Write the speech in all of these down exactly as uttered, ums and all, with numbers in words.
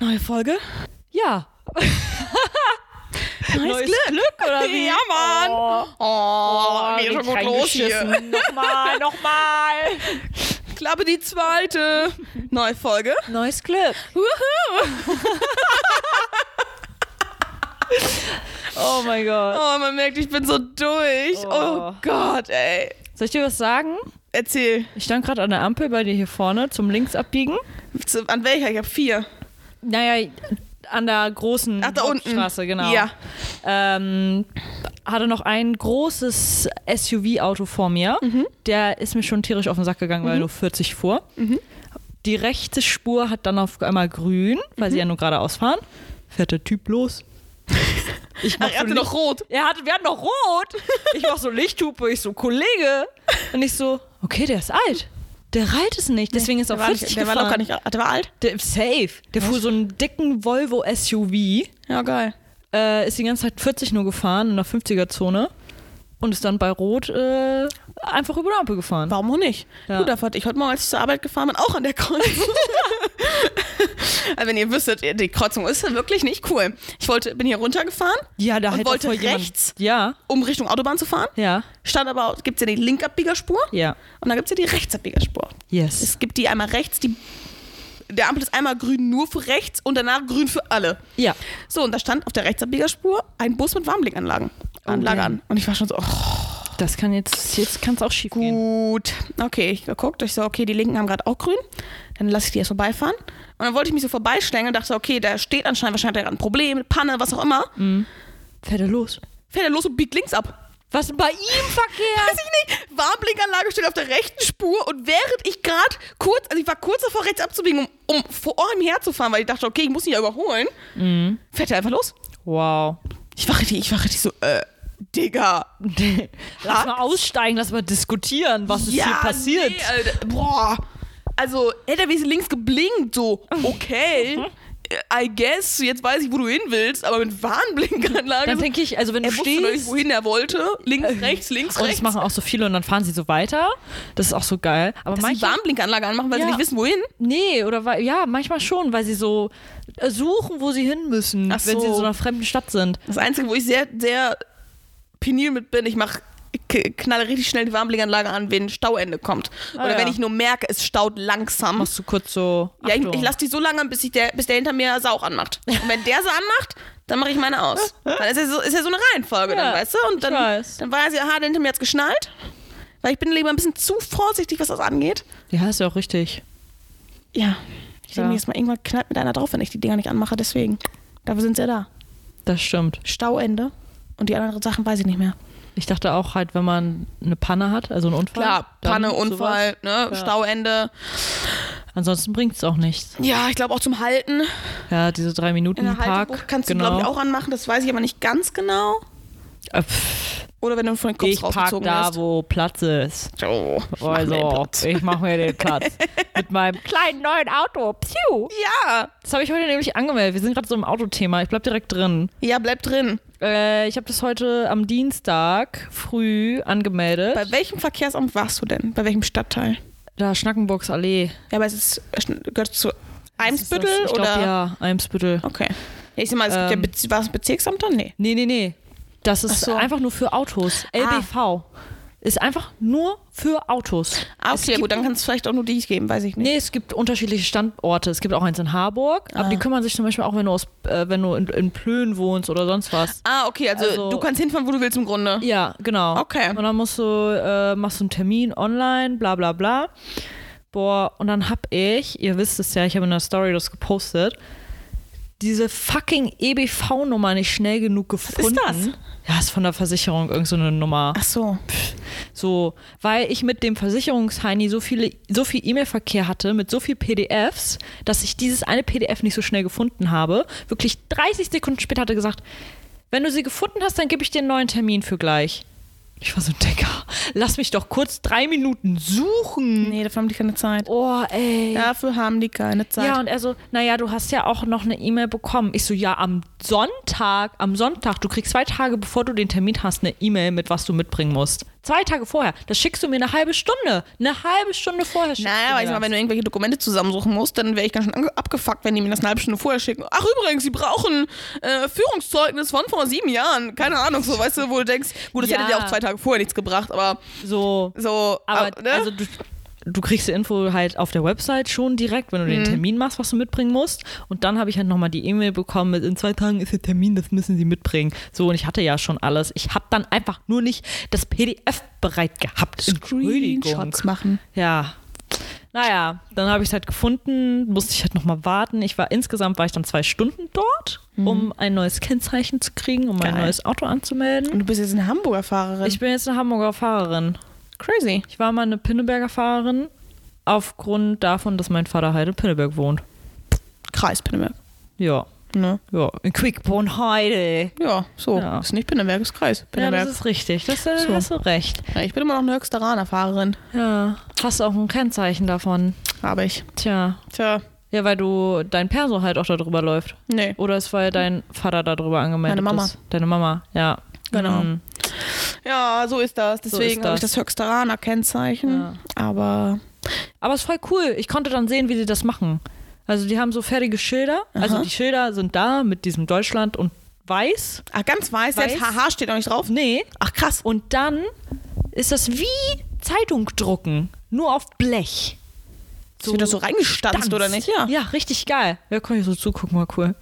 Neue Folge? Ja. Neues, Neues Glück. Glück, oder wie? Ja, Mann. Oh, Oh, geht schon gut los hier. Nochmal, nochmal. Klappe die zweite. Neue Folge. Neues Glück. Wuhu. Oh mein Gott. Oh, man merkt, ich bin so durch. Oh, Oh. Gott, ey. Soll ich dir was sagen? Erzähl. Ich stand gerade an der Ampel bei dir hier vorne zum Links abbiegen. Zu- An welcher? Ich habe vier. Naja, an der großen Ach, da unten. Hauptstraße, genau. Ja. Ähm, hatte noch ein großes S U V-Auto vor mir. Mhm. Der ist mir schon tierisch auf den Sack gegangen, weil er nur vierzig fuhr. Mhm. Die rechte Spur hat dann auf einmal grün, weil sie ja nur geradeaus fahren. Fährt der Typ los. Ich mach Ach, er hatte so noch rot. Er hatte, wir hatten noch rot. Ich mach so Lichthupe, ich so, Kollege. Und ich so, okay, der ist alt. Der reiht es nicht, deswegen ist er Der auf war, vierzig nicht, der war gefahren. locker nicht. Der war alt? Der, safe. Der fuhr so einen dicken Volvo S U V. Ja, geil. Äh, ist die ganze Zeit vierzig nur gefahren in der fünfziger-Zone und ist dann bei Rot äh, einfach über die Ampel gefahren. Warum auch nicht? Ja. Gut, da fand ich heute Morgen, als ich zur Arbeit gefahren bin, auch an der Kreuzung. Also wenn ihr wüsstet, die Kreuzung ist ja wirklich nicht cool. Ich wollte, bin hier runtergefahren Ja, da und hätte wollte voll jemand- rechts, Ja, um Richtung Autobahn zu fahren. ja, Stand aber, gibt es ja die Linkabbiegerspur ja. und dann gibt es ja die Rechtsabbiegerspur. Yes. Es gibt die einmal rechts, die der Ampel ist einmal grün nur für rechts und danach grün für alle. Ja. So, und da stand auf der Rechtsabbiegerspur ein Bus mit Warnblinkanlagen. Anlage Okay. an. Und ich war schon so, oh, Das kann jetzt, jetzt kann es auch schief gehen. gut. Okay, ich geguckt, ich so, okay, die Linken haben gerade auch grün. Dann lasse ich die erst vorbeifahren. Und dann wollte ich mich so vorbeischlängeln und dachte, okay, da steht anscheinend wahrscheinlich ein Problem, Panne, was auch immer. Fährt er los? Fährt er los und biegt links ab. Was ist bei ihm verkehrt? Weiß ich nicht. Warnblinkanlage steht auf der rechten Spur und während ich gerade kurz, also ich war kurz davor, rechts abzubiegen, um, um vor ihm herzufahren, weil ich dachte, okay, ich muss ihn ja überholen, Mhm. fährt er einfach los. Wow. Ich war richtig, ich war richtig so, äh, Digga. Lass mal aussteigen, lass mal diskutieren, was ist ja, hier passiert. Nee, Alter. Boah. Also, hätte er wie links geblinkt, so, okay, I guess, jetzt weiß ich, wo du hin willst, aber mit Warnblinkanlage. Dann denke ich, also wenn er du wusste noch nicht, stehst... wohin er wollte. Links, rechts, links, Und das rechts. machen auch so viele und dann fahren sie so weiter. Das ist auch so geil. Aber Dass sie manche, Warnblinkanlage anmachen, weil Ja. sie nicht wissen, wohin. nee, oder weil, ja, manchmal schon, weil sie so äh, suchen, wo sie hin müssen, Ach wenn sie in so. so einer fremden Stadt sind. Das Einzige, wo ich sehr, sehr penil mit bin, ich mach, k- knalle richtig schnell die Warnblinkanlage an, wenn ein Stauende kommt. Ah, Oder ja. wenn ich nur merke, es staut langsam. Machst du kurz so, Ja, ich, Achtung. ich lasse die so lange, bis, ich der, bis der hinter mir Sauch anmacht. Und wenn der sie anmacht, dann mache ich meine aus. Dann ist ja so, ist ja so eine Reihenfolge, Ja, dann, weißt du? Und dann, ich weiß. dann weiß ich, aha, der hinter mir hat's geschnallt. Weil ich bin lieber ein bisschen zu vorsichtig, was das angeht. Ja, ist ja auch richtig. Ja. Ich Ja. denke mir jetzt mal, irgendwann knallt mit einer drauf, wenn ich die Dinger nicht anmache, deswegen. Dafür sind sie ja da. Das stimmt. Stauende. Und die anderen Sachen weiß ich nicht mehr. Ich dachte auch halt, wenn man eine Panne hat, also einen Unfall. Klar, dann Panne, Unfall, ne, Ja. Stauende. Ansonsten bringt es auch nichts. Ja, ich glaube auch zum Halten. Ja, diese drei Minuten In der Park. Haltebucht kannst du, genau. glaube ich, auch anmachen. Das weiß ich aber nicht ganz genau. Äh, pff, Oder wenn du von den Kopf Ich park rausgezogen da, wirst. wo Platz ist. Oh, ich mach mir den Also, Platz. ich mache mir den Platz. Mit meinem kleinen neuen Auto. Piu. Ja. Das habe ich heute nämlich angemeldet. Wir sind gerade so im Autothema. Ich bleib direkt drin. Ja, bleib drin. Äh, ich habe das heute am Dienstag früh angemeldet. Bei welchem Verkehrsamt warst du denn? Bei welchem Stadtteil? Da Schnackenburgs Allee. Ja, aber es ist, es gehört zu Eimsbüttel Ist das- ich oder? glaube, ja, Eimsbüttel. Okay. Ja, ich sag mal, es gibt ja Ähm. Bez- war es ein Bezirksamt dann? Nee. Nee, nee, nee. Das ist Ach so. einfach nur für Autos. L B V. Ist einfach nur für Autos. Ah, Es okay, gibt- gut, dann kann es vielleicht auch nur die geben, weiß ich nicht. Nee, es gibt unterschiedliche Standorte. Es gibt auch eins in Harburg, aber Ah. die kümmern sich zum Beispiel auch, wenn du, aus, äh, wenn du in, in Plön wohnst oder sonst was. Ah, okay, also, Also- du kannst hinfahren, wo du willst im Grunde. Ja, genau. Okay. Und dann musst du, äh, machst du einen Termin online, bla bla bla. Boah, und dann hab ich, ihr wisst es ja, ich habe in der Story das gepostet, diese fucking E B V-Nummer nicht schnell genug gefunden. ist das? Ja, ist von der Versicherung irgend so eine Nummer. Ach so. So, weil ich mit dem Versicherungsheini so viele, so viel E-Mail-Verkehr hatte, mit so viel P D Fs, dass ich dieses eine P D F nicht so schnell gefunden habe. Wirklich dreißig Sekunden später hat er gesagt, wenn du sie gefunden hast, dann gebe ich dir einen neuen Termin für gleich. Ich war so, Digga, lass mich doch kurz drei Minuten suchen. Nee, dafür haben die keine Zeit. Oh, ey. Dafür haben die keine Zeit. Ja, und er so, naja, du hast ja auch noch eine E-Mail bekommen. Ich so, ja, am Sonntag, am Sonntag, du kriegst zwei Tage, bevor du den Termin hast, eine E-Mail mit, was du mitbringen musst. Zwei Tage vorher. Das schickst du mir eine halbe Stunde. Eine halbe Stunde vorher schickst Naja, du mir weiß mal, das. wenn du irgendwelche Dokumente zusammensuchen musst, dann wäre ich ganz schön ange- abgefuckt, wenn die mir das eine halbe Stunde vorher schicken. Ach übrigens, sie brauchen äh, Führungszeugnis von vor sieben Jahren. Keine Ahnung, so, weißt du, wo du denkst, gut, das Ja. hätte dir auch zwei Tage vorher nichts gebracht, aber So, so, aber ab- ne? also du, du kriegst die Info halt auf der Website schon direkt, wenn du den Mhm. Termin machst, was du mitbringen musst. Und dann habe ich halt nochmal die E-Mail bekommen mit, in zwei Tagen ist der Termin, das müssen sie mitbringen. So, und ich hatte ja schon alles. Ich habe dann einfach nur nicht das P D F bereit gehabt. Screenshots machen. Ja. Naja, dann habe ich es halt gefunden, musste ich halt nochmal warten. Ich war insgesamt war ich dann zwei Stunden dort, um ein neues Kennzeichen zu kriegen, um mein Geil. neues Auto anzumelden. Und du bist jetzt eine Hamburger Fahrerin. Ich bin jetzt eine Hamburger Fahrerin. Crazy. Ich war mal eine Pinneberger Fahrerin, aufgrund davon, dass mein Vater halt in Pinneberg wohnt. Kreis Pinneberg. Ja, Ne? ja. In Quickborn-Heide. Ja, so. Ja. Ist nicht Pinneberg, ist Kreis. Ja, Pinneberg. das ist richtig. Das äh, So. hast du recht. Ja, ich bin immer noch eine Höchsteraner Fahrerin. Ja. Hast du auch ein Kennzeichen davon? Habe ich. Tja. Tja, Ja, weil du dein Perso halt auch da drüber läuft. nee. Oder es war dein Vater da drüber angemeldet. Meine Mama. ist. Deine Mama, ja. Genau. Mhm. Ja, so ist das. Deswegen ist habe ich das. das Höchsteraner Kennzeichen. Ja. Aber Aber es ist voll cool. Ich konnte dann sehen, wie sie das machen. Also die haben so fertige Schilder. Also Aha. die Schilder sind da mit diesem Deutschland und weiß. ach, ganz weiß, Weiß? selbst H H steht auch nicht drauf. Nee. Ach krass. Und dann ist das wie Zeitung drucken. Nur auf Blech. So, wird das so reingestanzt, Stanz. oder nicht? Ja. Ja, richtig geil. Ja, kann ich so zugucken, war cool.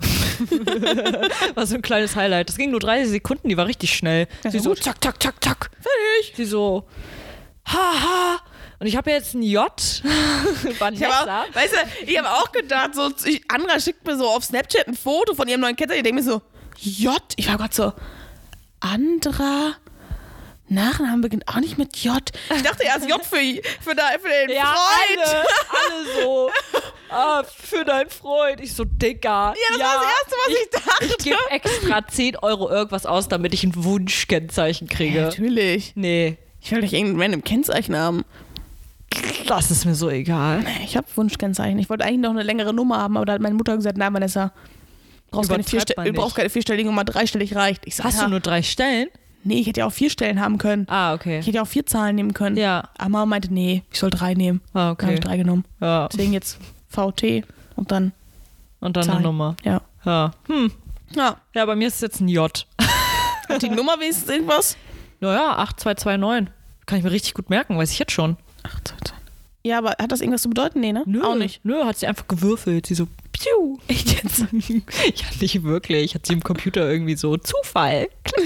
War so ein kleines Highlight. Das ging nur dreißig Sekunden, die war richtig schnell. Ja, Sie so so, gut. zack, zack, zack, zack. Fertig. Sie so, haha. Und ich habe jetzt ein J. Ich Vanessa. habe auch, weißt du, ich habe auch gedacht, so, ich, Andra schickt mir so auf Snapchat ein Foto von ihrem neuen Kennzeichen. Ich denke mir so, J? Ich war gerade so, Andra, Nachnamen beginnt auch nicht mit J. Ich dachte erst J für, für, da, für den Ja, Freund. alle, alle so, ah, für deinen Freund. Ich so, Digga. Ja, das war das Erste, was ich, dachte. Ich gebe extra zehn Euro irgendwas aus, damit ich ein Wunschkennzeichen kriege. Natürlich. Nee, Ich will doch irgendein random Kennzeichen haben. das ist mir so egal. Ich habe Wunschkennzeichen. Ich wollte eigentlich noch eine längere Nummer haben, aber da hat meine Mutter gesagt, nein, Vanessa, du brauchst keine, Übertreibt vierste- man du brauchst nicht. keine vierstellige Nummer, dreistellig reicht. Ich sag, Hast ja, du nur drei Stellen? nee, ich hätte ja auch vier Stellen haben können. Ah, okay. Ich hätte ja auch vier Zahlen nehmen können. Ja. Aber Mama meinte, nee, ich soll drei nehmen. Ah, Dann habe okay. ich drei genommen. Ja. Deswegen jetzt V T und dann Und dann Zahlen. eine Nummer. Ja. Ja. Hm. Ja. Ja, bei mir ist es jetzt ein J. Hat die Nummer wenigstens irgendwas? Naja, acht zwei zwei neun. Kann ich mir richtig gut merken, weiß ich jetzt schon. Ach, ja, aber hat das irgendwas zu bedeuten? Nee, ne? Auch nicht. Nö, hat sie einfach gewürfelt. Sie so, piu. Echt jetzt? Ja, nicht wirklich. Hat sie im Computer irgendwie so Zufall.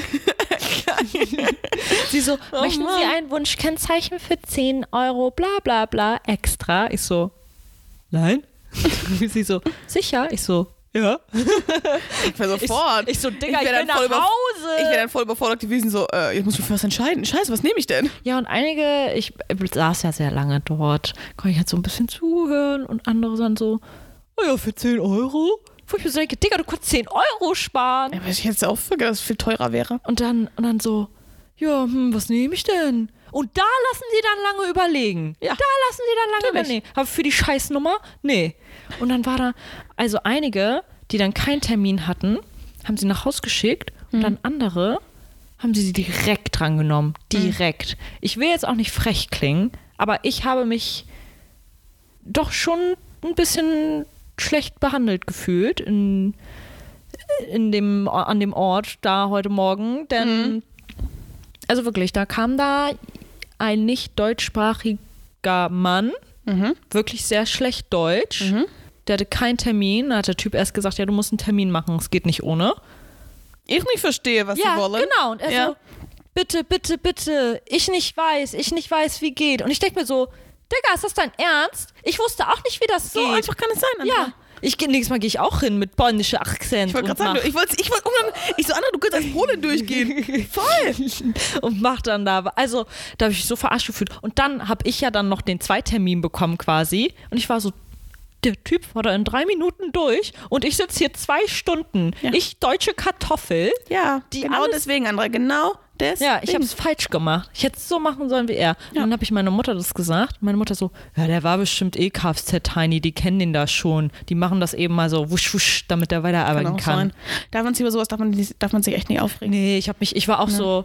Sie so, Oh möchten Mann. Sie ein Wunschkennzeichen für zehn Euro, bla bla bla, extra? Ich so, nein. Sie so, sicher? Ich so, ja. Ich wäre sofort. Ich so, Digga, ich, wär will dann nach voll über- Hause. Ich wäre dann voll überfordert gewesen, so, äh, jetzt muss ich mich für was entscheiden. Scheiße, was nehme ich denn? Ja, und einige, ich saß ja sehr lange dort, konnte ich halt so ein bisschen zuhören und andere dann so, oh ja, für zehn Euro? Wo ich mir so denke, Digga, du kannst zehn Euro sparen. Ja, weil ich jetzt auch vergessen, dass es viel teurer wäre. Und dann, und dann so, ja, hm, was nehme ich denn? Und da lassen sie dann lange überlegen. Ja. Da lassen sie dann lange Natürlich. überlegen. Aber für die Scheißnummer? Nee. Und dann war da, also einige, die dann keinen Termin hatten, haben sie nach Haus geschickt und dann andere haben sie sie direkt drangenommen. Direkt. Ich will jetzt auch nicht frech klingen, aber ich habe mich doch schon ein bisschen schlecht behandelt gefühlt in, in dem, an dem Ort da heute Morgen, denn also wirklich, da kam da ein nicht deutschsprachiger Mann, Mhm. wirklich sehr schlecht Deutsch. Mhm. Der hatte keinen Termin. Da hat der Typ erst gesagt, ja, du musst einen Termin machen, es geht nicht ohne. Ich nicht verstehe, was ja, sie wollen. genau. Und er Ja. so, bitte, bitte, bitte, ich nicht weiß, ich nicht weiß, wie geht. Und ich denke mir so, Digga, ist das dein Ernst? Ich wusste auch nicht, wie das So geht. einfach kann es sein. Andra. Ja. Ich gehe nächstes Mal gehe ich auch hin mit polnischer Akzent. Ich wollte und gerade sagen, mach- du- ich wollte, ich wollte, ich so, Andra, du könntest als Polen durchgehen. Voll. und mach dann da. Also, da habe ich mich so verarscht gefühlt. Und dann habe ich ja dann noch den Zweitermin bekommen quasi. Und ich war so, der Typ war da in drei Minuten durch und ich sitze hier zwei Stunden. Ja. Ich, deutsche Kartoffel. Ja, Die genau alles- deswegen, Andra, genau deswegen. Ja, ich habe es falsch gemacht. Ich hätte es so machen sollen wie er. Und Ja. dann habe ich meiner Mutter das gesagt. Meine Mutter so, ja, der war bestimmt eh Kfz-Tiny, die kennen den da schon. Die machen das eben mal so wusch, wusch, damit der weiterarbeiten Kann auch kann. sein. Darf man sich über sowas, darf man, darf man sich echt nicht aufregen. Nee, ich habe mich, ich war auch so,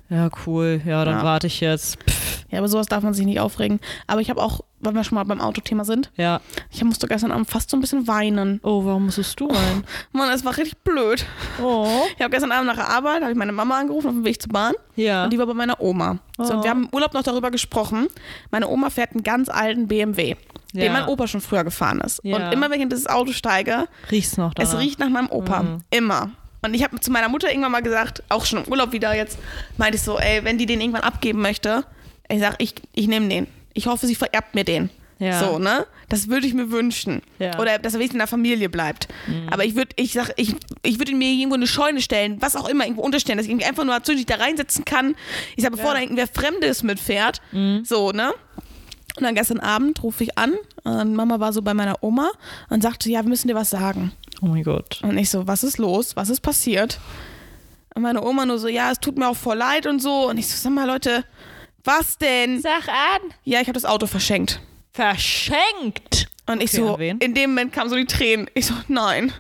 Ja, cool. Ja, dann Ja. warte ich jetzt. Pff. Ja, aber sowas darf man sich nicht aufregen. Aber ich habe auch, weil wir schon mal beim Autothema sind, Ja. ich musste gestern Abend fast so ein bisschen weinen. Oh, warum musstest du rein? Mann, es war richtig blöd. Oh. Ich habe gestern Abend nach der Arbeit, habe ich meine Mama angerufen auf dem Weg zur Bahn. Ja. Und die war bei meiner Oma. So, Oh. und wir haben im Urlaub noch darüber gesprochen. Meine Oma fährt einen ganz alten B M W, Ja. den mein Opa schon früher gefahren ist. Ja. Und immer wenn ich in dieses Auto steige, Riechst noch danach. es riecht nach meinem Opa. Mhm. Immer. Und ich habe zu meiner Mutter irgendwann mal gesagt, auch schon im Urlaub wieder jetzt, meinte ich so, ey, wenn die den irgendwann abgeben möchte, ich sag, ich, ich nehme den. Ich hoffe, sie vererbt mir den. Ja. So, ne? Das würde ich mir wünschen. Ja. Oder dass er wenigstens in der Familie bleibt. Mhm. Aber ich würde, ich sag, ich, ich würde mir irgendwo eine Scheune stellen, was auch immer, irgendwo unterstellen, dass ich irgendwie einfach nur natürlich da reinsetzen kann. Ich sag, bevor Ja. da irgendwer Fremdes mitfährt. Mhm. So, ne? Und dann gestern Abend rufe ich an und Mama war so bei meiner Oma und sagte, ja, wir müssen dir was sagen. Oh mein Gott. Und ich so, was ist los? Was ist passiert? Und meine Oma nur so, ja, es tut mir auch voll leid und so. Und ich so, sag mal, Leute, was denn? Sag an. Ja, ich habe das Auto verschenkt. Verschenkt. Und ich Okay, so, an wen? in dem Moment kamen so die Tränen. Ich so, nein.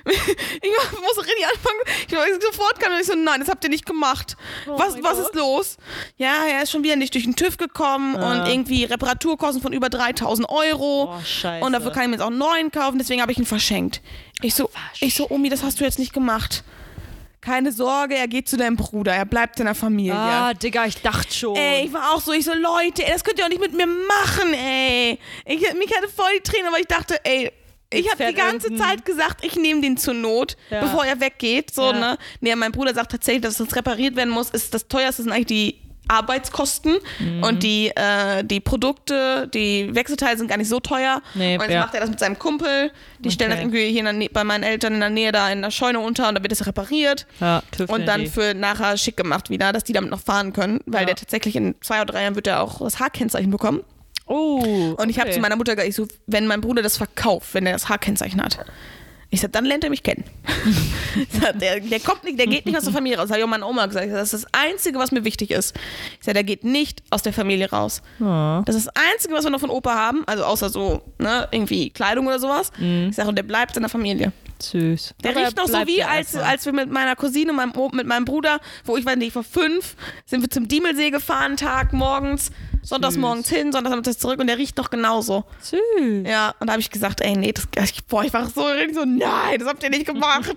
Ich muss richtig anfangen. Ich war sofort kam und ich so, nein, das habt ihr nicht gemacht. Oh was mein was Gott. ist los? Ja, er ist schon wieder nicht durch den TÜV gekommen Ah. und irgendwie Reparaturkosten von über dreitausend Euro. Oh, scheiße. Und dafür kann ich mir jetzt auch einen neuen kaufen, deswegen habe ich ihn verschenkt. Ich so, ich so, Omi, das hast du jetzt nicht gemacht. Keine Sorge, er geht zu deinem Bruder, er bleibt in der Familie. Ah, Digga, ich dachte schon. Ey, ich war auch so, ich so, Leute, ey, das könnt ihr auch nicht mit mir machen, ey. Ich, mich hatte voll die Tränen, aber ich dachte, ey, ich Jetzt habe die fährt ganze irgendein- Zeit gesagt, ich nehme den zur Not, Ja. bevor er weggeht. So, Ja. ne? Nee, mein Bruder sagt tatsächlich, dass das repariert werden muss. Ist das teuerste sind eigentlich die Arbeitskosten Mhm. und die, äh, die Produkte, die Wechselteile sind gar nicht so teuer. Nee, und jetzt ja. macht er das mit seinem Kumpel. Die stellen das Okay. irgendwie hier in der Nä- bei meinen Eltern in der Nähe da in der Scheune unter und dann wird das repariert. Ja, TÜV Und dann die. für nachher schick gemacht wieder, dass die damit noch fahren können, weil Ja. der tatsächlich in zwei oder drei Jahren wird er auch das H-Kennzeichen bekommen. Oh. Und ich habe okay. zu meiner Mutter gesagt, ich so, wenn mein Bruder das verkauft, wenn er das H-Kennzeichen hat, ich sag, dann lernt er mich kennen. Ich sag, der, der kommt nicht, der geht nicht aus der Familie raus. Das habe ich auch meiner Oma gesagt. Ich sag, das ist das Einzige, was mir wichtig ist. Ich sage, der geht nicht aus der Familie raus. Oh. Das ist das Einzige, was wir noch von Opa haben, also außer so, ne, irgendwie Kleidung oder sowas. Ich sage, und der bleibt in der Familie. Süß. Der Aber riecht noch so bleibt wie, ja als, erstmal. als wir mit meiner Cousine, meinem, O- mit meinem Bruder, wo ich weiß nicht, vor fünf, sind wir zum Diemelsee gefahren, Tag morgens, sonntags morgens hin, sonntags haben wir das zurück und der riecht noch genauso. Süß. Ja, und da habe ich gesagt, ey, nee, das, ich, boah, ich war so, richtig so, nein, das habt ihr nicht gemacht.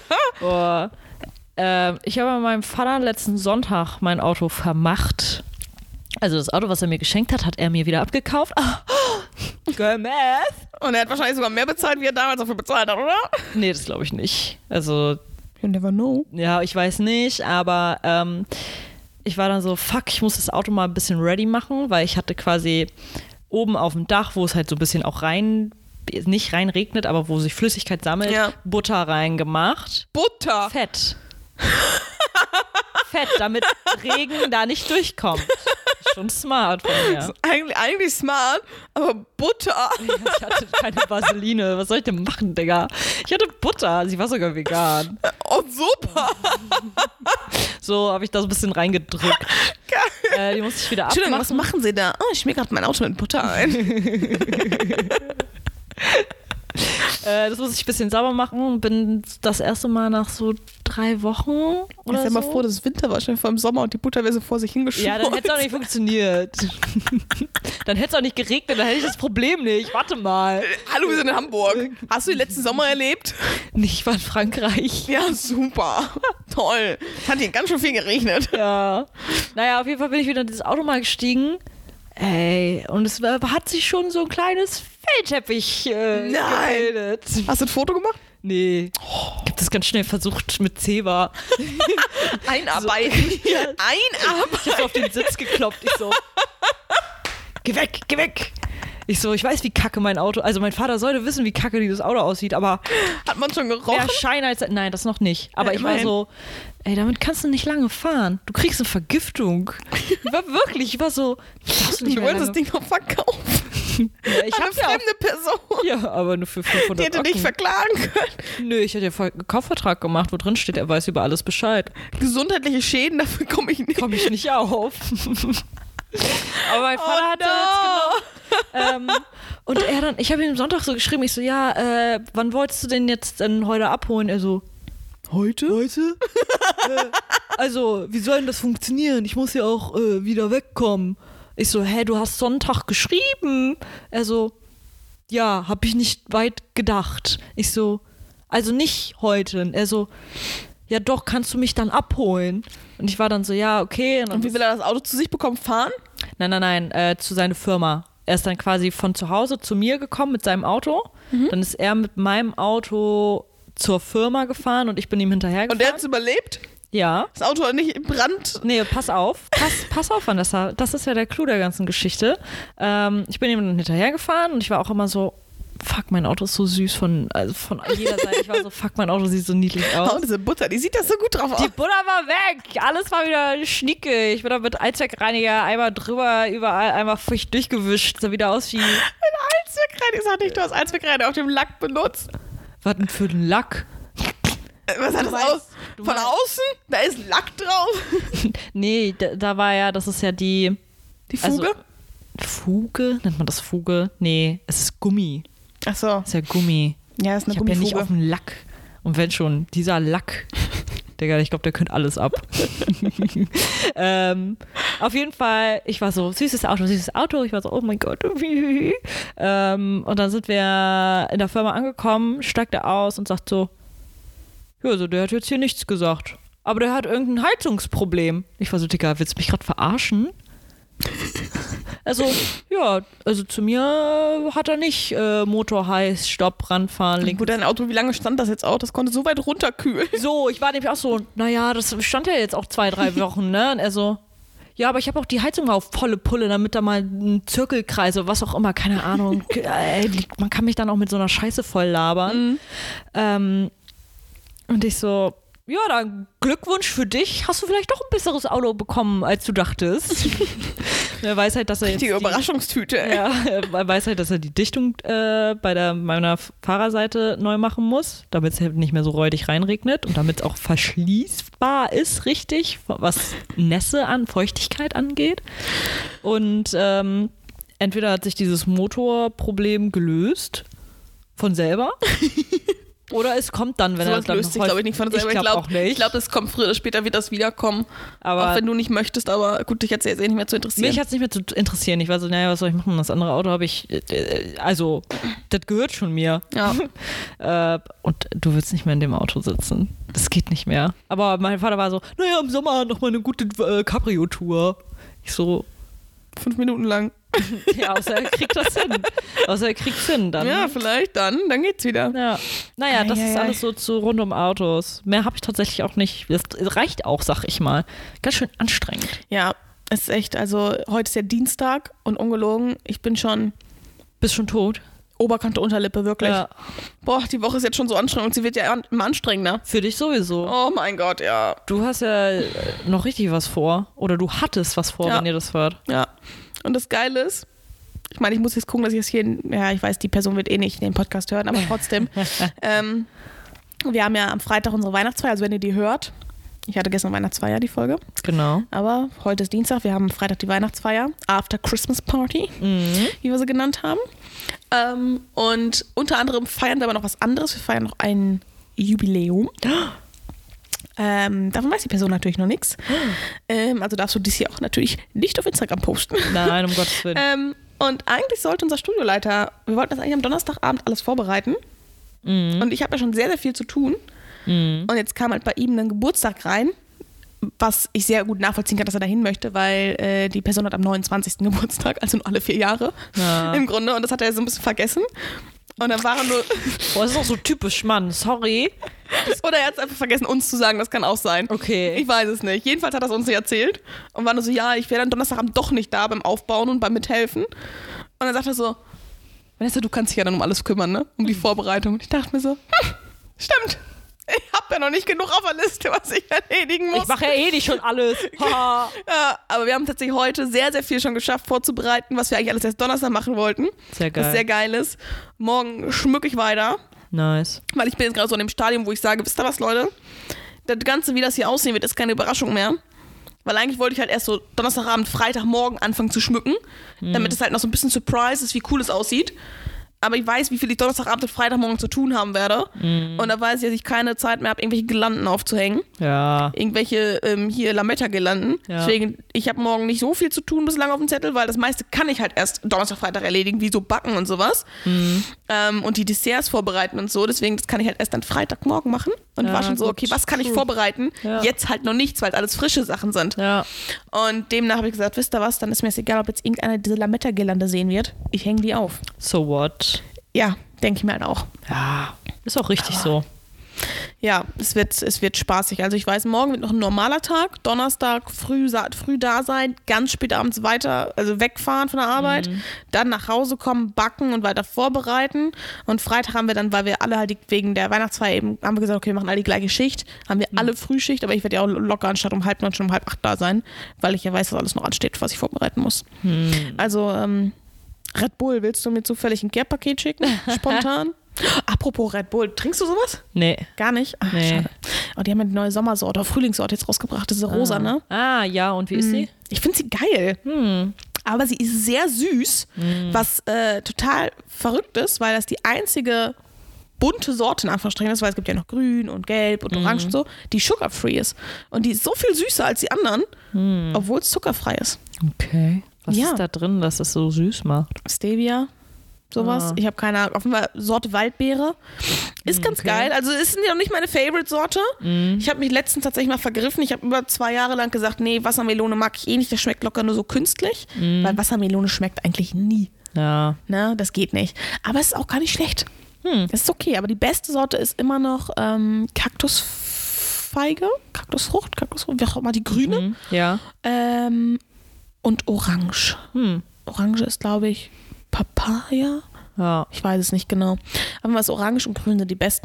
Boah. Ähm, ich habe meinem Vater letzten Sonntag mein Auto vermacht. Also das Auto, was er mir geschenkt hat, hat er mir wieder abgekauft. Ah, Gemath. Und er hat wahrscheinlich sogar mehr bezahlt, wie er damals dafür bezahlt hat, oder? Nee, das glaube ich nicht. Also, You never know. ja, ich weiß nicht, aber ähm, ich war dann so, fuck, ich muss das Auto mal ein bisschen ready machen, weil ich hatte quasi oben auf dem Dach, wo es halt so ein bisschen auch rein, nicht rein regnet, aber wo sich Flüssigkeit sammelt, Ja. Butter reingemacht. Butter. Fett. Fett, damit Regen da nicht durchkommt. Schon smart von mir. Eigentlich, eigentlich smart, aber Butter. Ich hatte keine Vaseline. Was soll ich denn machen, Digga? Ich hatte Butter. Sie war sogar vegan. Oh, super. So habe ich da so ein bisschen reingedrückt. Äh, die musste ich wieder Entschuldigung, abmachen. was machen Sie da? Oh, ich schmier gerade mein Auto mit Butter ein. Äh, das muss ich ein bisschen sauber machen. Bin das erste Mal nach so drei Wochen Ich oder sei so. mal froh, dass es Winter war, schon vor dem Sommer und die Butter wäre so vor sich hingeschmolzen. Ja, dann hätte es auch nicht funktioniert. Dann hätte es auch nicht geregnet, dann hätte ich das Problem nicht. Warte mal. Hallo, wir sind in Hamburg. Hast du den letzten Sommer erlebt? Nicht, ich war in Frankreich. Ja, super. Toll. Es hat hier ganz schön viel geregnet. Ja. Naja, auf jeden Fall bin ich wieder in dieses Auto mal gestiegen. Ey, und es war, hat sich schon so ein kleines Fellteppich äh, Nein. gebildet. Hast du ein Foto gemacht? Nee. Ich hab das ganz schnell versucht mit Zebra. Einarbeiten. Einarbeiten. Ich hab so auf den Sitz geklopft. Ich so, geh weg, geh weg. Ich so, ich weiß, wie kacke mein Auto, also mein Vater sollte wissen, wie kacke dieses Auto aussieht, aber Hat man schon gerochen? mehr Schein als, nein, das noch nicht. Aber Ja, ich war immerhin. so, ey, damit kannst du nicht lange fahren. Du kriegst eine Vergiftung. Ich war wirklich, ich war so, darfst du nicht Du mehr wolltest das lange. Ding noch verkaufen. Ja, ich Eine hab ja, fremde Person. auch, ja, aber nur für Die fünfhundert hätte dich Ocken. verklagen können. Nö, ich hatte ja voll einen Kaufvertrag gemacht, wo drin steht, er weiß über alles Bescheid. Gesundheitliche Schäden, dafür komme ich nicht. Komme ich nicht auf. Aber mein Vater Oh hatte jetzt genommen. Ähm, und er dann, ich habe ihm am Sonntag so geschrieben, ich so, ja, äh, wann wolltest du denn jetzt denn heute abholen? Er so, Heute? heute? äh, also, wie soll denn das funktionieren? Ich muss ja auch äh, wieder wegkommen. Ich so, hä, du hast Sonntag geschrieben. Er so, ja, hab ich nicht weit gedacht. Ich so, also nicht heute. Er so, ja doch, kannst du mich dann abholen? Und ich war dann so, ja, okay. Und, Und wie will er das Auto zu sich bekommen? Fahren? Nein, nein, nein, äh, zu seiner Firma. Er ist dann quasi von zu Hause zu mir gekommen mit seinem Auto. Mhm. Dann ist er mit meinem Auto zur Firma gefahren und ich bin ihm hinterhergefahren. Und der hat's überlebt? Ja. Das Auto hat nicht im Brand? Nee, pass auf. Pass, pass auf, Vanessa. Das ist ja der Clou der ganzen Geschichte. Ähm, ich bin ihm dann hinterhergefahren und ich war auch immer so, fuck, mein Auto ist so süß von, also von jeder Seite. Ich war so, fuck, mein Auto sieht so niedlich aus. Oh, diese Butter, die sieht das so gut drauf aus. Die Butter war weg. Alles war wieder schnicke. Ich bin da mit Allzweckreiniger einmal drüber, überall einmal feucht durchgewischt. Sah wieder aus wie... Ein Allzweckreiniger. Sag nicht, du hast Allzweckreiniger auf dem Lack benutzt. Was denn für ein Lack? Was hat Du das meinst- aus? du Von meinst- außen? Da ist Lack drauf. Nee, da, da war ja, das ist ja die... Die Fuge? Also, Fuge? Nennt man das Fuge? Nee, es ist Gummi. Ach so. Das ist ja Gummi. Ja, ist eine Ich habe ja nicht Gummifuge. auf dem Lack. Und wenn schon, dieser Lack. Digga, ich glaube, der könnte alles ab. ähm, auf jeden Fall, ich war so, süßes Auto, süßes Auto. Ich war so, oh mein Gott. ähm, und dann sind wir in der Firma angekommen, steigt er aus und sagt so, ja, also der hat jetzt hier nichts gesagt. Aber der hat irgendein Heizungsproblem. Ich war so, Digga, willst du mich gerade verarschen? Also, ja, also zu mir hat er nicht äh, Motor heiß, Stopp, ranfahren, links. Gut, dein Auto, wie lange stand das jetzt auch? Das konnte so weit runterkühlen. So, ich war nämlich auch so, naja, das stand ja jetzt auch zwei, drei Wochen, ne? Und er so, ja, aber ich habe auch die Heizung auf volle Pulle, damit da mal ein Zirkelkreis oder was auch immer, keine Ahnung. Ey, man kann mich dann auch mit so einer Scheiße voll labern. Mhm. Ähm, und ich so, ja, dann Glückwunsch für dich. Hast du vielleicht doch ein besseres Auto bekommen, als du dachtest? Er weiß halt, dass er jetzt Richtige die, Überraschungstüte. ey. ja, er weiß halt, dass er die Dichtung äh, bei der, meiner Fahrerseite neu machen muss, damit es halt nicht mehr so räudig reinregnet und damit es auch verschließbar ist, richtig, was Nässe an, Feuchtigkeit angeht. Und ähm, entweder hat sich dieses Motorproblem gelöst von selber oder es kommt dann, wenn So er was dann löst sich, häufig- glaube ich, nicht von selber. Ich glaube auch nicht. Ich glaube, das kommt früher oder später, wird das wiederkommen. Aber auch wenn du nicht möchtest, aber gut, dich hat es jetzt eh nicht mehr zu interessieren. mich hat es nicht mehr zu interessieren. Ich war so, naja, was soll ich machen? Das andere Auto habe ich, äh, also, das gehört schon mir. Ja. äh, und du willst nicht mehr in dem Auto sitzen. Das geht nicht mehr. Aber mein Vater war so, naja, im Sommer noch mal eine gute äh, Cabrio-Tour. Ich so, Fünf Minuten lang. ja, außer er kriegt das hin. Außer er kriegt es hin dann. Ja, vielleicht dann, dann geht's wieder. Ja. Naja, das Ei, ist ei, alles so zu rund um Autos. Mehr habe ich tatsächlich auch nicht. Das reicht auch, sag ich mal. Ganz schön anstrengend. Ja, es ist echt, also heute ist ja Dienstag und ungelogen, ich bin schon Bist schon tot? Oberkante, Unterlippe, wirklich. Ja. Boah, die Woche ist jetzt schon so anstrengend und sie wird ja an- immer anstrengender. Für dich sowieso. Oh mein Gott, ja. Du hast ja äh, noch richtig was vor. Oder du hattest was vor, Ja. wenn ihr das hört. Ja. Und das Geile ist, ich meine, ich muss jetzt gucken, dass ich es hier, in, ja, ich weiß, die Person wird eh nicht den Podcast hören, aber trotzdem. ähm, wir haben ja am Freitag unsere Weihnachtsfeier, also wenn ihr die hört. Ich hatte gestern Weihnachtsfeier, die Folge. Genau. Aber heute ist Dienstag, wir haben am Freitag die Weihnachtsfeier. After Christmas Party, Mhm. wie wir sie genannt haben. Ähm, und unter anderem feiern wir aber noch was anderes. Wir feiern noch ein Jubiläum. Ähm, davon weiß die Person natürlich noch nichts. Ähm, also darfst du dies hier auch natürlich nicht auf Instagram posten. Nein, um Gottes Willen. Ähm, und eigentlich sollte unser Studioleiter, wir wollten das eigentlich am Donnerstagabend alles vorbereiten. Mhm. Und ich habe ja schon sehr, sehr viel zu tun. Mhm. Und jetzt kam halt bei ihm ein Geburtstag rein, was ich sehr gut nachvollziehen kann, dass er dahin möchte, weil äh, die Person hat am neunundzwanzigsten Geburtstag, also nur alle vier Jahre Ja. im Grunde. Und das hat er so ein bisschen vergessen. Und dann war er nur, Boah, das ist auch so typisch, Mann. Sorry. oder er hat es einfach vergessen, uns zu sagen, das kann auch sein. Okay. Ich weiß es nicht. Jedenfalls hat er es uns nicht erzählt und war nur so, ja, ich wäre dann Donnerstagabend doch nicht da beim Aufbauen und beim Mithelfen. Und dann sagt er so, Vanessa, du kannst dich ja dann um alles kümmern, ne? Um die Vorbereitung. Und ich dachte mir so, hm, stimmt. Ich habe ja noch nicht genug auf der Liste, was ich erledigen muss. Ich mache ja eh nicht schon alles. Haha. Ja, aber wir haben tatsächlich heute sehr, sehr viel schon geschafft vorzubereiten, was wir eigentlich alles erst Donnerstag machen wollten. Sehr geil. Was sehr geil ist. Morgen schmücke ich weiter, Nice. weil ich bin jetzt gerade so in dem Stadium, wo ich sage, wisst ihr was, Leute? Das Ganze, wie das hier aussehen wird, ist keine Überraschung mehr. Weil eigentlich wollte ich halt erst so Donnerstagabend, Freitagmorgen anfangen zu schmücken, damit es halt noch so ein bisschen Surprise ist, wie cool es aussieht. aber ich weiß, wie viel ich Donnerstagabend und Freitagmorgen zu tun haben werde. Mm. Und da weiß ich, dass ich keine Zeit mehr habe, irgendwelche Girlanden aufzuhängen. Ja. Irgendwelche ähm, hier Lametta-Girlanden. Ja. Deswegen, ich habe morgen nicht so viel zu tun bislang auf dem Zettel, weil das meiste kann ich halt erst Donnerstag, Freitag erledigen, wie so Backen und sowas. Mm. Ähm, und die Desserts vorbereiten und so. Deswegen, das kann ich halt erst dann Freitagmorgen machen. Und ja, war schon so, gut. okay, was kann ich True. vorbereiten? Ja. Jetzt halt noch nichts, weil alles frische Sachen sind. Ja. Und demnach habe ich gesagt, wisst ihr was, dann ist mir jetzt egal, ob jetzt irgendeiner diese Lametta-Girlande sehen wird. Ich hänge die auf. So what? Ja, denke ich mir halt auch. Ja, ist auch richtig aber so. Ja, es wird, es wird spaßig. Also ich weiß, morgen wird noch ein normaler Tag. Donnerstag früh, früh da sein, ganz spät abends weiter, also wegfahren von der Arbeit. Mhm. Dann nach Hause kommen, backen und weiter vorbereiten. Und Freitag haben wir dann, weil wir alle halt wegen der Weihnachtsfeier eben, haben wir gesagt, okay, wir machen alle die gleiche Schicht. Haben wir mhm. alle Frühschicht, aber ich werde ja auch locker anstatt um halb neun schon um halb acht da sein, weil ich ja weiß, dass alles noch ansteht, was ich vorbereiten muss. Mhm. Also, ähm, Red Bull, willst du mir zufällig ein Care-Paket schicken? Spontan? Apropos Red Bull, trinkst du sowas? Nee. Gar nicht? Ach, nee. Schade. Oh, die haben ja die neue Sommersorte, oder Frühlingssorte jetzt rausgebracht, diese ah. rosa, ne? Ah, ja, und wie ist sie? Ich finde sie geil. Hm. Aber sie ist sehr süß, hm. was äh, total verrückt ist, weil das die einzige bunte Sorte in Anführungsstrichen ist, weil es gibt ja noch grün und gelb und orange hm. und so, die sugar-free ist. Und die ist so viel süßer als die anderen, hm. obwohl es zuckerfrei ist. Okay. Was ja. ist da drin, dass es so süß macht? Stevia, sowas. Ah. Ich habe keine Ahnung. Auf jeden Fall Sorte Waldbeere. Ist ganz okay. geil. Also ist ja noch nicht meine Favorite-Sorte. Mm. Ich habe mich letztens tatsächlich mal vergriffen. Ich habe über zwei Jahre lang gesagt, nee, Wassermelone mag ich eh nicht. Das schmeckt locker nur so künstlich. Mm. Weil Wassermelone schmeckt eigentlich nie. Ja. Ne, das geht nicht. Aber es ist auch gar nicht schlecht. Hm. Das ist okay. Aber die beste Sorte ist immer noch ähm, Kaktusfeige, Kaktusfrucht, Kaktusfrucht, wie auch immer, die grüne. Mhm. Ja. Ähm, und Orange. Hm. Orange ist, glaube ich, Papaya. Ja. Ich weiß es nicht genau. Aber was Orange und Grün sind die besten.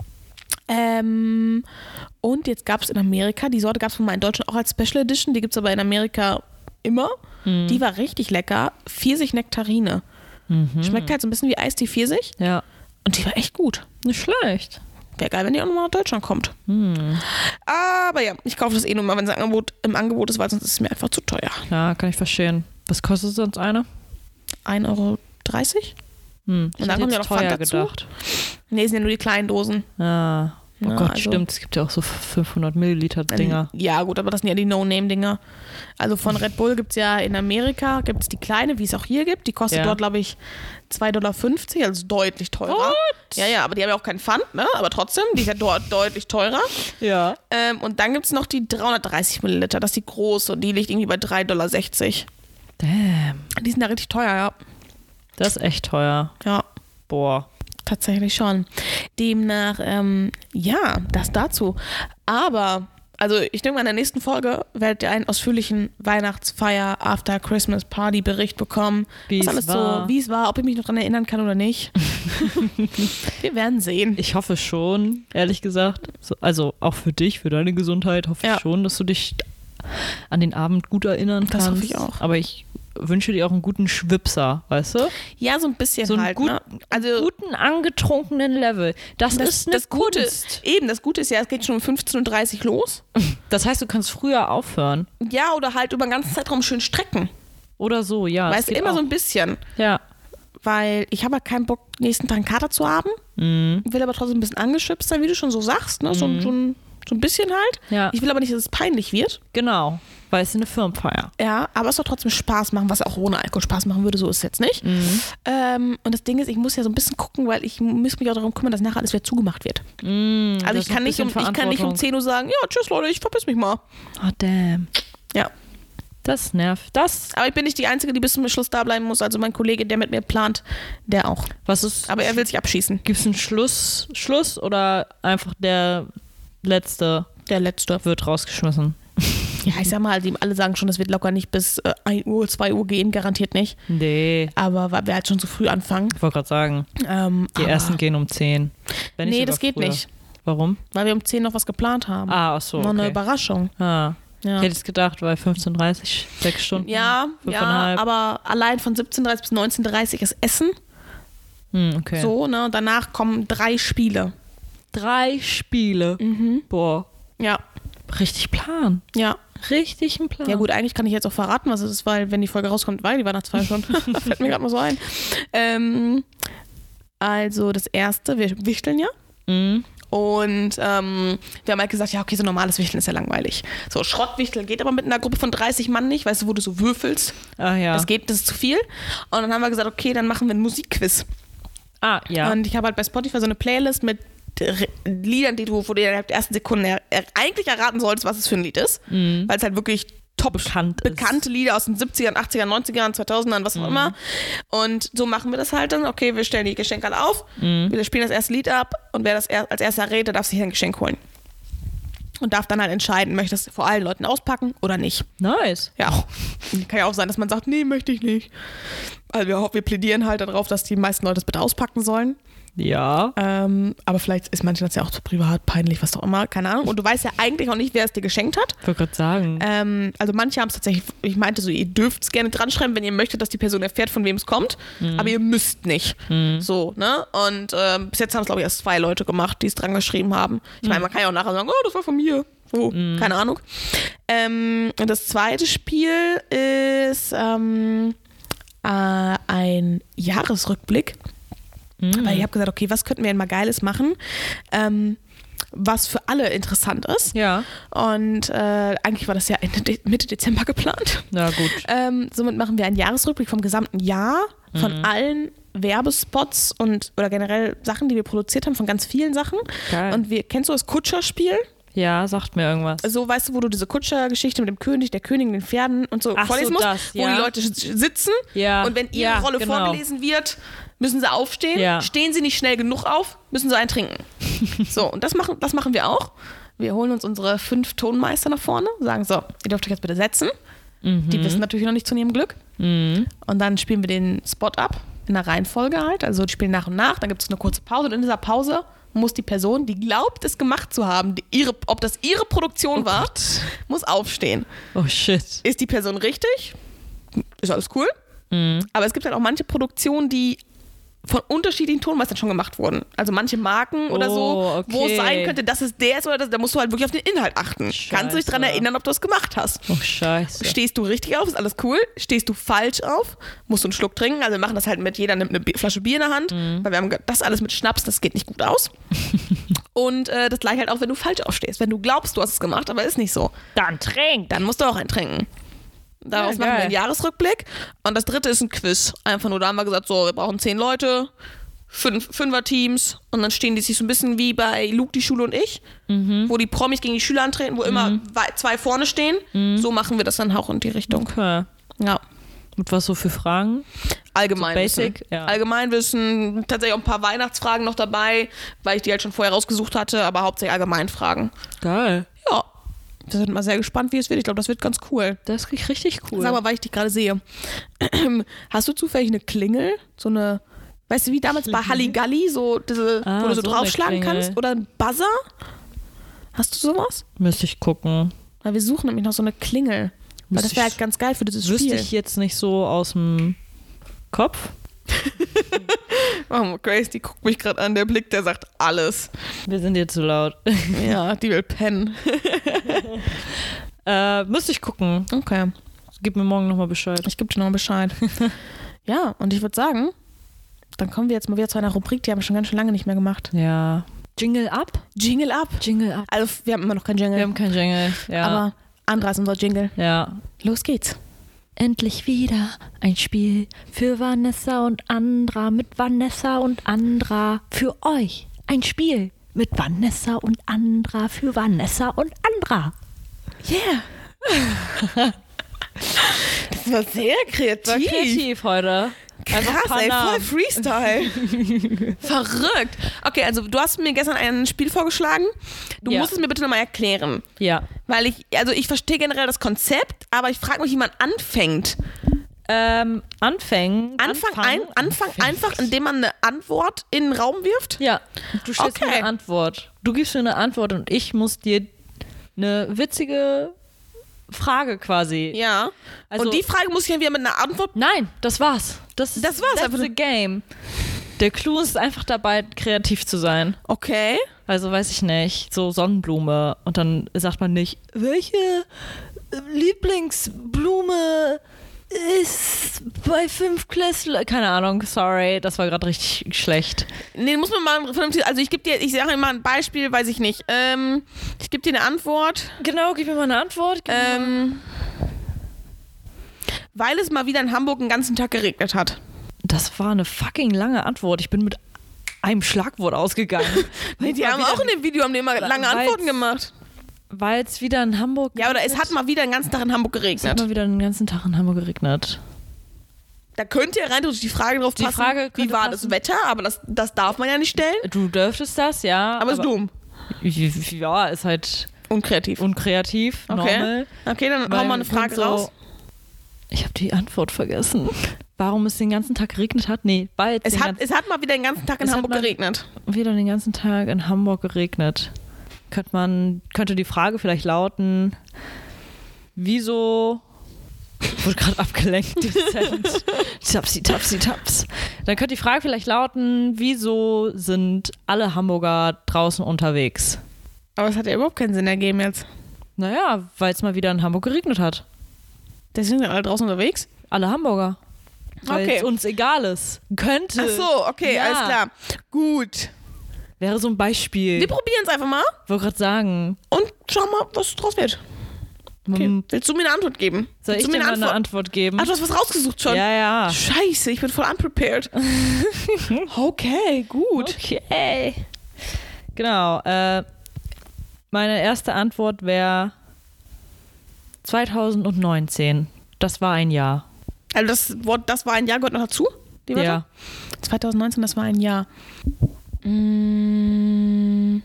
Ähm, und jetzt gab es in Amerika, die Sorte gab es von mal in Deutschland auch als Special Edition, die gibt es aber in Amerika immer. Mhm. Die war richtig lecker. Pfirsich-Nektarine. Mhm. Schmeckt halt so ein bisschen wie Eistee Pfirsich. Ja. Und die war echt gut. Nicht schlecht. Wäre geil, wenn die auch nochmal nach Deutschland kommt. Hm. Aber ja, ich kaufe das eh nur mal, wenn es Angebot, im Angebot ist, weil sonst ist es mir einfach zu teuer. Ja, kann ich verstehen. Was kostet sonst eine? ein Euro dreißig. Hm. Und dann kommt ja noch teuer Pfand dazu. Gedacht. Nee, sind ja nur die kleinen Dosen. Ah. Oh ja, Gott, also, stimmt. Es gibt ja auch so fünfhundert Milliliter Dinger. Ja gut, aber das sind ja die No-Name-Dinger. Also von Red Bull gibt es ja in Amerika, gibt es die kleine, wie es auch hier gibt. Die kostet ja. dort, glaube ich, zwei Dollar fünfzig, also deutlich teurer. What? Ja, ja, aber die haben ja auch keinen Pfand, ne? Aber trotzdem, die ist ja dort deutlich teurer. Ja. Ähm, und dann gibt es noch die dreihundertdreißig Milliliter, das ist die große und die liegt irgendwie bei drei Dollar sechzig. Damn. Die sind ja richtig teuer, ja. Das ist echt teuer. Ja. Boah. Tatsächlich schon. Demnach, ähm, ja, das dazu. Aber, also ich denke mal, in der nächsten Folge werdet ihr einen ausführlichen Weihnachtsfeier After Christmas Party Bericht bekommen. Wie was es alles war. so, wie es war, ob ich mich noch daran erinnern kann oder nicht. Wir werden sehen. Ich hoffe schon, ehrlich gesagt. So, also auch für dich, für deine Gesundheit hoffe ja. ich schon, dass du dich an den Abend gut erinnern kannst. Das hoffe ich auch. Aber ich wünsche dir auch einen guten Schwipser, weißt du? Ja, so ein bisschen so einen halt. gut, ne? Also guten, angetrunkenen Level. Das, das ist eine das Gute. Kunst. Eben, das Gute ist ja, es geht schon um fünfzehn Uhr dreißig los. Das heißt, du kannst früher aufhören. Ja, oder halt über den ganzen Zeitraum schön strecken. Oder so, ja. Weißt du, immer auch. So ein bisschen. Ja. Weil ich habe halt keinen Bock, nächsten Tag einen Kater zu haben. Mhm. Will aber trotzdem ein bisschen angeschwipst sein, wie du schon so sagst. Ne? So, mhm. so, ein, so ein bisschen halt. Ja. Ich will aber nicht, dass es peinlich wird. Genau. Weil es ist eine Firmenfeier. Ja, aber es soll trotzdem Spaß machen, was auch ohne Alkohol Spaß machen würde, so ist es jetzt nicht. Mhm. Ähm, und das Ding ist, ich muss ja so ein bisschen gucken, weil ich muss mich auch darum kümmern, dass nachher alles wieder zugemacht wird. Mhm, also ich kann, nicht um, ich kann nicht um zehn Uhr sagen, ja, tschüss Leute, ich verpiss mich mal. Oh, damn. Ja. Das nervt. Das. Aber ich bin nicht die Einzige, die bis zum Schluss da bleiben muss. Also mein Kollege, der mit mir plant, der auch. Was ist? Aber er will sich abschießen. Gibt es einen Schluss, Schluss oder einfach der Letzte? Der Letzte. Wird rausgeschmissen. Ja, ich sag mal, die alle sagen schon, das wird locker nicht bis äh, ein Uhr, zwei Uhr gehen, garantiert nicht. Nee. Aber weil wir halt schon zu früh anfangen. Ich wollte gerade sagen, ähm, die ersten gehen um zehn. Wenn nee, das geht früher. Nicht. Warum? Weil wir um zehn noch was geplant haben. Ah, ach so, noch okay. eine Überraschung. Ah. Ja. Ich hätte es gedacht, weil fünfzehn Uhr dreißig, sechs Stunden. Ja, ja, aber allein von siebzehn Uhr dreißig bis neunzehn Uhr dreißig ist Essen. Hm, okay. So, ne? Und danach kommen drei Spiele. Drei Spiele? Mhm. Boah. Ja. Richtig Plan. Ja. Richtig ein Plan. Ja gut, eigentlich kann ich jetzt auch verraten, was es ist, weil wenn die Folge rauskommt, weil die Weihnachtsfeier schon, fällt mir gerade mal so ein. Ähm, Also das erste, wir wichteln ja. Mhm. Und ähm, wir haben halt gesagt, ja, okay, so normales Wichteln ist ja langweilig. So, Schrottwichteln geht aber mit einer Gruppe von dreißig Mann nicht, weißt du, wo du so würfelst. Ah ja. Das geht, das ist zu viel. Und dann haben wir gesagt, okay, dann machen wir ein Musikquiz. Ah, ja. Und ich habe halt bei Spotify so eine Playlist mit R- Liedern, die du, wo du innerhalb der ersten Sekunde er, er, eigentlich erraten solltest, was es für ein Lied ist. Mhm. Weil es halt wirklich top Bekannt ist. bekannte Lieder aus den siebzigern, achtzigern, neunzigern, zweitausendern, was auch immer. Und so machen wir das halt dann. Okay, wir stellen die Geschenke alle auf, Mhm. wir spielen das erste Lied ab und wer das er, als erster errät, der darf sich ein Geschenk holen. Und darf dann halt entscheiden, möchte das vor allen Leuten auspacken oder nicht. Nice. Ja, kann ja auch sein, dass man sagt, nee, möchte ich nicht. Also wir, wir plädieren halt darauf, dass die meisten Leute das bitte auspacken sollen. Ja. Ähm, aber vielleicht ist manchen das ja auch zu privat, peinlich, was auch immer, keine Ahnung. Und du weißt ja eigentlich auch nicht, wer es dir geschenkt hat. Ich wollte gerade sagen. Ähm, also manche haben es tatsächlich, ich meinte so, ihr dürft es gerne dran schreiben, wenn ihr möchtet, dass die Person erfährt, von wem es kommt. Mhm. Aber ihr müsst nicht. Mhm. So, ne? Und ähm, bis jetzt haben es, glaube ich, erst zwei Leute gemacht, die es dran geschrieben haben. Ich meine, man kann ja auch nachher sagen, oh, das war von mir. So, Mhm. keine Ahnung. Ähm, und das zweite Spiel ist ähm, äh, ein Jahresrückblick. Mhm. Weil ich habe gesagt, okay, was könnten wir denn mal Geiles machen, ähm, was für alle interessant ist. Ja. Und äh, eigentlich war das ja Ende De- Mitte Dezember geplant. Na gut. Ähm, somit machen wir einen Jahresrückblick vom gesamten Jahr, von Mhm. allen Werbespots und oder generell Sachen, die wir produziert haben, von ganz vielen Sachen. Geil. Und wir, kennst du das Kutscherspiel? Ja, sagt mir irgendwas. So, weißt du, wo du diese Kutschergeschichte mit dem König, der Königin, den Pferden und so Ach vorlesen so, musst, das, wo ja. die Leute sch- sitzen Ja. und wenn ihre Ja, Rolle genau. vorgelesen wird, müssen sie aufstehen. Ja. Stehen sie nicht schnell genug auf, müssen sie einen trinken. So, und das machen, das machen wir auch. Wir holen uns unsere fünf Tonmeister nach vorne, sagen so, ihr dürft euch jetzt bitte setzen. Mhm. Die wissen natürlich noch nicht von ihrem Glück. Mhm. Und dann spielen wir den Spot ab, in der Reihenfolge halt. Also die spielen nach und nach, dann gibt es eine kurze Pause und in dieser Pause muss die Person, die glaubt, es gemacht zu haben, die ihre, ob das ihre Produktion Oh war, Gott. muss aufstehen. Oh shit. Ist die Person richtig? Ist alles cool. Mhm. Aber es gibt halt auch manche Produktionen, die von unterschiedlichen Tonmeistern schon gemacht wurden. Also manche Marken oder Oh, so, okay. wo es sein könnte, dass es der ist oder das, da musst du halt wirklich auf den Inhalt achten. Scheiße. Kannst du dich daran erinnern, ob du es gemacht hast. Oh scheiße. Stehst du richtig auf, ist alles cool. Stehst du falsch auf, musst du einen Schluck trinken. Also wir machen das halt mit, jeder nimmt eine Bi- Flasche Bier in der Hand, Mhm. weil wir haben ge- das alles mit Schnaps, das geht nicht gut aus. Und äh, das gleiche halt auch, wenn du falsch aufstehst. Wenn du glaubst, du hast es gemacht, aber ist nicht so. Dann trink. Dann musst du auch einen trinken. Daraus Ja, machen wir geil. einen Jahresrückblick. Und das dritte ist ein Quiz. Einfach nur, da haben wir gesagt, so, wir brauchen zehn Leute, fünf, Fünfer-Teams. Und dann stehen die sich so ein bisschen wie bei Luke, die Schule und ich, Mhm. wo die Promis gegen die Schüler antreten, wo immer wei- zwei vorne stehen. Mhm. So machen wir das dann auch in die Richtung. Okay. Ja. Und was so für Fragen? Allgemeinwissen. So basic, ja. Allgemeinwissen, tatsächlich auch ein paar Weihnachtsfragen noch dabei, weil ich die halt schon vorher rausgesucht hatte, aber hauptsächlich Allgemeinfragen. Geil. Ja. Wir sind mal sehr gespannt, wie es wird. Ich glaube, das wird ganz cool. Das ist richtig cool. Sag mal, weil ich dich gerade sehe. Hast du zufällig eine Klingel? So eine, weißt du, wie damals bei Klingel? Halligalli, so diese, Ah, wo du so, so eine draufschlagen Klingel. kannst? Oder ein Buzzer? Hast du sowas? Müsste ich gucken. Weil wir suchen nämlich noch so eine Klingel. Weil das Müsste wäre ich- halt ganz geil für dieses Wüsste Spiel. ich jetzt nicht so aus dem Kopf. Oh, Grace, die guckt mich gerade an. Der Blick, der sagt alles. Wir sind dir zu laut. Ja, die will pennen. äh, müsste ich gucken. Okay. Gib mir morgen nochmal Bescheid. Ich gebe dir noch Bescheid. Ja, und ich würde sagen, dann kommen wir jetzt mal wieder zu einer Rubrik, die haben wir schon ganz schön lange nicht mehr gemacht. Ja. Jingle up? Jingle up. Jingle up. Also, wir haben immer noch kein Jingle. Wir haben kein Jingle. Ja. Aber Andra ist unser Jingle. ja. Los geht's. Endlich wieder ein Spiel für Vanessa und Andra mit Vanessa und Andra für euch. Ein Spiel mit Vanessa und Andra für Vanessa und Andra. Yeah. Das war sehr kreativ. War kreativ heute. Einfach Krass, ey, Panam. voll Freestyle. Verrückt. Okay, also du hast mir gestern ein Spiel vorgeschlagen. Du Ja. musst es mir bitte nochmal erklären. Ja. Weil ich, also ich verstehe generell das Konzept, aber ich frage mich, wie man anfängt. Ähm, anfangen. Anfang, anfangen, ein, Anfang einfach, indem man eine Antwort in den Raum wirft? Ja, du stellst Okay. mir eine Antwort. Du gibst mir eine Antwort und ich muss dir eine witzige Frage quasi. Ja. Also- Und die Frage muss ich ja wieder mit einer Antwort. Nein, das war's. Das, Das war's That's einfach. the game. Der Clou ist einfach dabei, kreativ zu sein. Okay. Also weiß ich nicht, so Sonnenblume und dann sagt man nicht, welche Lieblingsblume ist bei fünf Klässler. Keine Ahnung, sorry, das war gerade richtig schlecht. Nee, muss man mal vernünftig. Also ich gebe dir, ich sage dir mal ein Beispiel, weiß ich nicht. Ähm, ich gebe dir eine Antwort. Genau, gib mir mal eine Antwort. Ähm, weil es mal wieder in Hamburg den ganzen Tag geregnet hat. Das war eine fucking lange Antwort. Ich bin mit einem Schlagwort ausgegangen. Nee, die haben auch in dem Video haben die immer lange Antworten gemacht. Weil es wieder in Hamburg Ja, oder es hat mal wieder den ganzen Tag in Hamburg Es hat geregnet. mal wieder den ganzen Tag in Hamburg geregnet. Da könnte ja rein durch die Frage drauf Die passen, Frage wie könnte war passen. das Wetter, aber das, das darf man ja nicht stellen. Du dürftest das, ja. Aber, ist dumm. Ja, ist halt Unkreativ. unkreativ, Okay. normal. Okay, dann Weil hau mal eine wir Frage können so- raus. Ich habe die Antwort vergessen. Warum es den ganzen Tag geregnet hat? Nee, weil Es den hat, ganzen, es hat mal wieder den ganzen Tag in Es hat Hamburg mal- geregnet. wieder den ganzen Tag in Hamburg geregnet. Könnte man, könnte die Frage vielleicht lauten, wieso wurde gerade abgelenkt, dezent. Tapsi, tapsi, taps. Dann könnte die Frage vielleicht lauten, wieso sind alle Hamburger draußen unterwegs? Aber es hat ja überhaupt keinen Sinn ergeben jetzt. Naja, weil es mal wieder in Hamburg geregnet hat. Deswegen sind alle draußen unterwegs? Alle Hamburger. Weil Okay. es uns egal ist. Könnte. Ach so, okay, Ja. alles klar. Gut. Wäre so ein Beispiel. Wir probieren es einfach mal Wollte gerade sagen. und schauen mal, was draus wird. Okay. Hm, Willst du mir eine Antwort geben? Soll Willst ich du dir mir mal eine Antwort geben? Ach, du hast was rausgesucht schon? Ja, ja. Scheiße, ich bin voll unprepared. Okay, gut. Okay. Genau. Äh, meine erste Antwort wäre zwanzig neunzehn. Das war ein Jahr. Also das Wort, das war ein Jahr, gehört noch dazu? Die Wörter? Ja. zwanzig neunzehn, das war ein Jahr. Mm.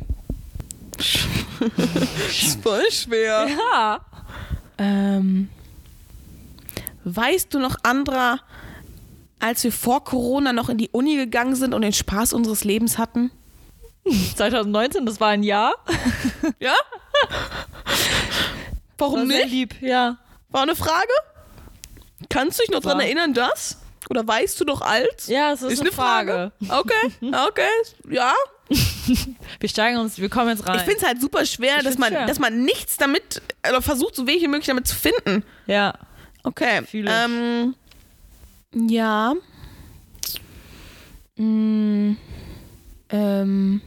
ist voll schwer. Ja. Ähm, weißt du noch, Andra, als wir vor Corona noch in die Uni gegangen sind und den Spaß unseres Lebens hatten? zwanzig neunzehn, das war ein Jahr. Ja? Warum War sehr nicht? lieb, ja. War eine Frage? Kannst du dich noch War. dran erinnern, das? Oder weißt du noch als? Ja, es ist, Ist eine eine Frage. Okay, okay, ja. Wir steigen uns, wir kommen jetzt rein. Ich finde es halt super schwer, Ich dass find's man, schwer. dass man nichts damit, oder versucht, so wenig wie möglich damit zu finden. ja. Okay. Fühl ich. Ähm, ja. Mm, ähm.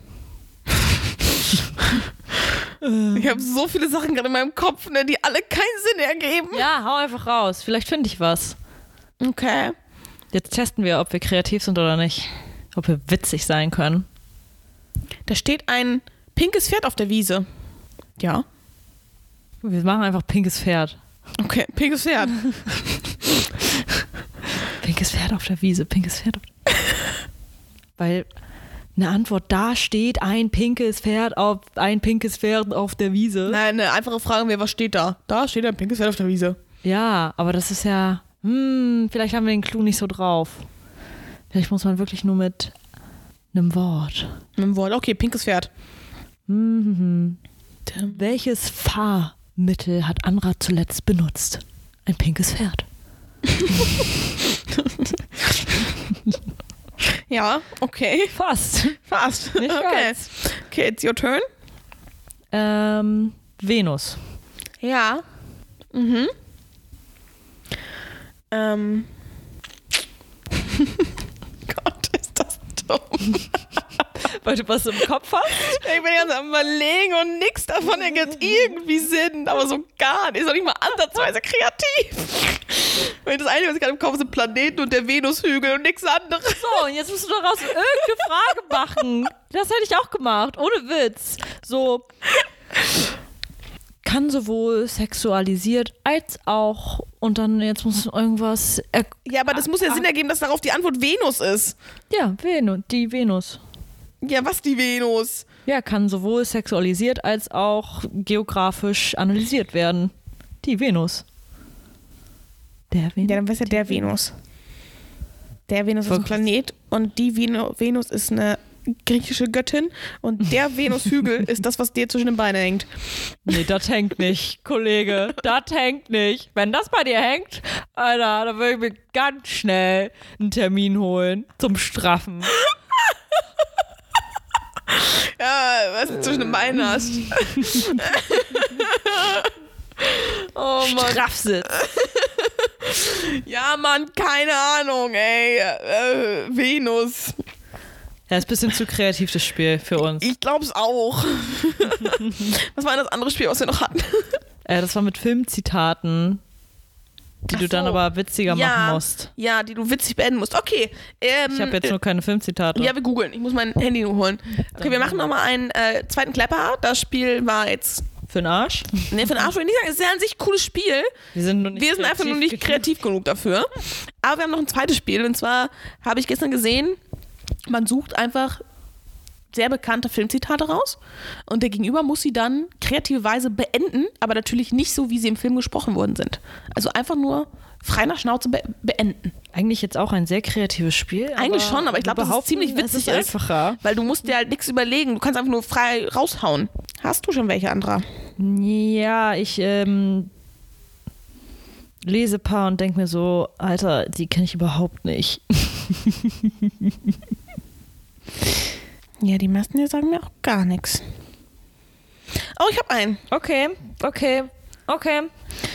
Ich habe so viele Sachen gerade in meinem Kopf, ne, die alle keinen Sinn ergeben. Ja, hau einfach raus. Vielleicht finde ich was. Okay. Jetzt testen wir, ob wir kreativ sind oder nicht. Ob wir witzig sein können. Da steht ein pinkes Pferd auf der Wiese. Ja. Wir machen einfach pinkes Pferd. Okay, pinkes Pferd. Pinkes Pferd auf der Wiese, pinkes Pferd auf der Weil eine Antwort, da steht ein pinkes Pferd auf ein pinkes Pferd auf der Wiese. Nein, eine einfache Frage wäre, was steht da? Da steht ein pinkes Pferd auf der Wiese. Ja, aber das ist ja, hm, vielleicht haben wir den Clou nicht so drauf. Vielleicht muss man wirklich nur mit einem Wort. Mit dem Wort, okay, pinkes Pferd. Mhm. Welches Fahrmittel hat Andra zuletzt benutzt? Ein pinkes Pferd. Ja, okay. Fast. Fast. Nicht Okay. ganz. Okay, it's your turn. Ähm, Venus. Ja. Mhm. Ähm. Gott, ist das dumm. Weil du was im Kopf hast? Ich bin ganz am Überlegen und nichts davon ergibt irgendwie Sinn, aber so gar nicht. Ist doch nicht mal ansatzweise kreativ. Weil das eine, was ich gerade im Kopf habe, sind Planeten und der Venushügel und nichts anderes. So, und jetzt musst du daraus irgendeine Frage machen. Das hätte ich auch gemacht, ohne Witz. So, kann sowohl sexualisiert als auch, und dann jetzt muss irgendwas, er, Ja, aber das muss ja Sinn ergeben, dass darauf die Antwort Venus ist. ja, Venus, die Venus. Ja, was die Venus? Ja, kann sowohl sexualisiert als auch geografisch analysiert werden. Die Venus. Der Venus. Ja, dann weiß ja der Venus. Der Venus ist ein Voll- Planet und die Veno- Venus ist eine griechische Göttin und der Venushügel ist das, was dir zwischen den Beinen hängt. Nee, das hängt nicht, Kollege. Das hängt nicht. Wenn das bei dir hängt, Alter, dann würde ich mir ganz schnell einen Termin holen zum Straffen. Ja, was du zwischen den Beinen hast. Oh Mann. Strafsitz. Ja, Mann, keine Ahnung, ey. Äh, Venus. Ja, ist ein bisschen zu kreativ, das Spiel für uns. Ich glaub's auch. Was war denn das andere Spiel, was wir noch hatten? Äh, das war mit Filmzitaten, die Ach du dann so. aber witziger Ja, machen musst. Ja, die du witzig beenden musst. Okay. Ähm, Ich habe jetzt nur keine Filmzitate. Ja, wir googeln. Ich muss mein Handy nur holen. Okay, wir machen nochmal einen äh, zweiten Klepper. Das Spiel war jetzt... Für den Arsch? Ne, für den Arsch würde ich nicht sagen. Es ist ja an sich ein cooles Spiel. Wir sind, nur nicht Wir sind einfach nur nicht genug. kreativ genug dafür. Aber wir haben noch ein zweites Spiel. Und zwar habe ich gestern gesehen, man sucht einfach sehr bekannte Filmzitate raus. Und der Gegenüber muss sie dann kreative Weise beenden, aber natürlich nicht so, wie sie im Film gesprochen worden sind. Also einfach nur frei nach Schnauze be- beenden. Eigentlich jetzt auch ein sehr kreatives Spiel. Eigentlich schon, aber ich glaube, dass es ziemlich es witzig ist ist. einfacher. Weil du musst dir halt nichts überlegen. Du kannst einfach nur frei raushauen. Hast du schon welche, Andra? Ja, ich ähm, lese ein paar und denke mir so, Alter, die kenne ich überhaupt nicht. Ja, die meisten hier sagen mir auch gar nichts. Oh, ich habe einen. Okay, okay, okay.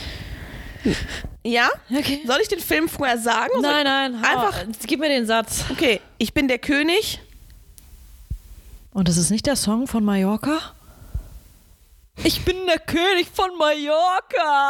Ja? Okay. Soll ich den Film vorher sagen? Oder soll Nein, nein, hau- Einfach- gib mir den Satz. ich- Okay, ich bin der König. Und das ist nicht der Song von Mallorca? Ich bin der König von Mallorca.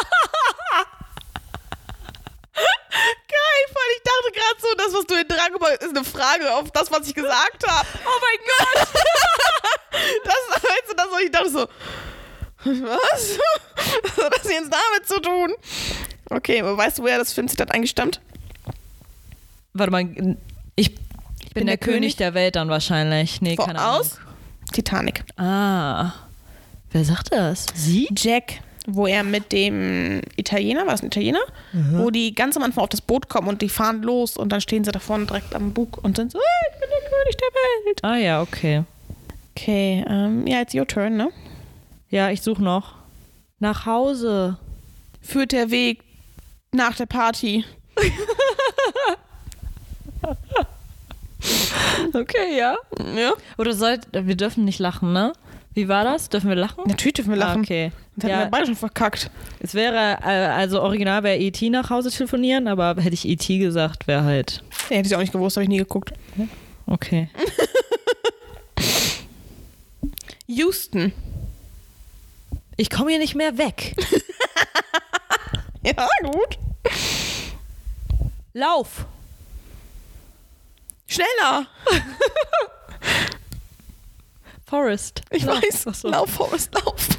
Geil, voll. Ich dachte gerade so, das, was du in Dragon Ball ist eine Frage auf das, was ich gesagt habe. Oh mein Gott. Das, weißt du, das, was ich dachte so, was? Was hat das jetzt damit zu tun? Okay, aber weißt du, woher das Filmzitat eigentlich stammt? Warte mal, ich, ich bin, der, König der Welt dann wahrscheinlich. Nee, keine Ahnung. Voraus? Titanic. Ah. Wer sagt das? Sie? Jack, wo er mit dem Italiener, war das ein Italiener? Wo die ganz am Anfang auf das Boot kommen und die fahren los und dann stehen sie da vorne direkt am Bug und sind so, hey, ich bin der König der Welt. Ah ja, okay. Okay, ähm, ja, it's your turn, ne? Ja, ich suche noch. Nach Hause. Führt der Weg nach der Party. Okay, ja. Ja? Oder sollt, wir dürfen nicht lachen, ne? Wie war das? Dürfen wir lachen? Natürlich dürfen wir lachen. Ah, okay. Das hätten Ja. wir beide schon verkackt. Es wäre, äh, also original wäre E T nach Hause telefonieren, aber hätte ich E T gesagt, wäre halt. Ja, hätte ich auch nicht gewusst, habe ich nie geguckt. Okay. Houston. Ich komme hier nicht mehr weg. Ja, gut. Lauf. Schneller. Forest. Ich Lauf. weiß. Ach so. Lauf, Forrest, lauf.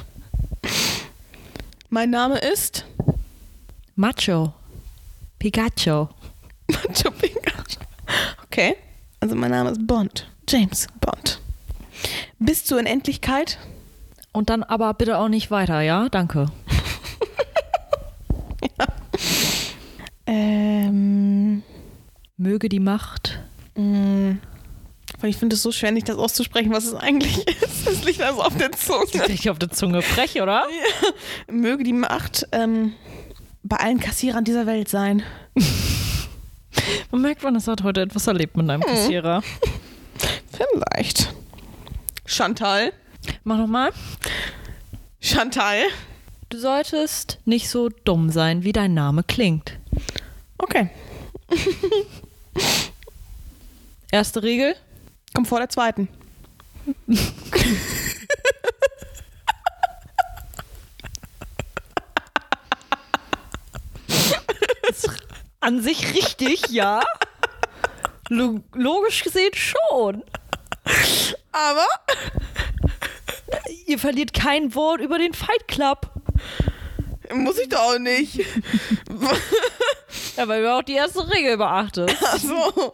Mein Name ist Macho. Pikachu. Macho Pikachu. Okay. Also mein Name ist Bond. James Bond. Bis zur Unendlichkeit. Und dann aber bitte auch nicht weiter, ja? Danke. Ähm. Möge die Macht. Mh, weil ich finde es so schwer, nicht das auszusprechen, was es eigentlich ist. Es liegt also auf der Zunge. Nicht auf der Zunge frech, oder? Möge die Macht ähm, bei allen Kassierern dieser Welt sein. Man merkt, man hat heute etwas erlebt mit einem Kassierer. Vielleicht. Chantal. Mach nochmal. Chantal. Du solltest nicht so dumm sein, wie dein Name klingt. Okay. Erste Regel. Komm vor der zweiten. An sich richtig, ja. Lo- logisch gesehen schon. Aber Ihr verliert kein Wort über den Fight Club. muss ich doch auch nicht. Ja, weil du auch die erste Regel beachtest. Ach so.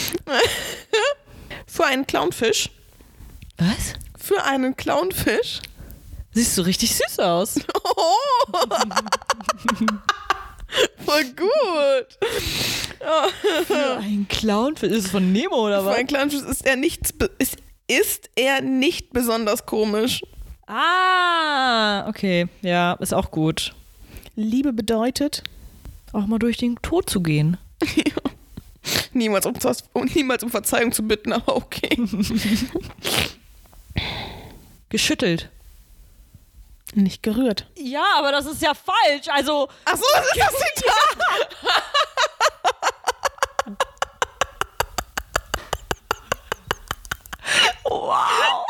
Für einen Clownfisch. Was? Für einen Clownfisch. Siehst du richtig süß aus. Oh. Voll gut. Für ein Clown? Ist es von Nemo oder Für was? einen Clownfisch ist er nicht, be- ist, ist er nicht besonders komisch. Ah, okay. Ja, ist auch gut. Liebe bedeutet Auch mal durch den Tod zu gehen. niemals um, um, niemals um Verzeihung zu bitten, aber okay. Geschüttelt. Nicht gerührt. Ja, aber das ist ja falsch. Also. Ach so, das ist das Zitat. Wow.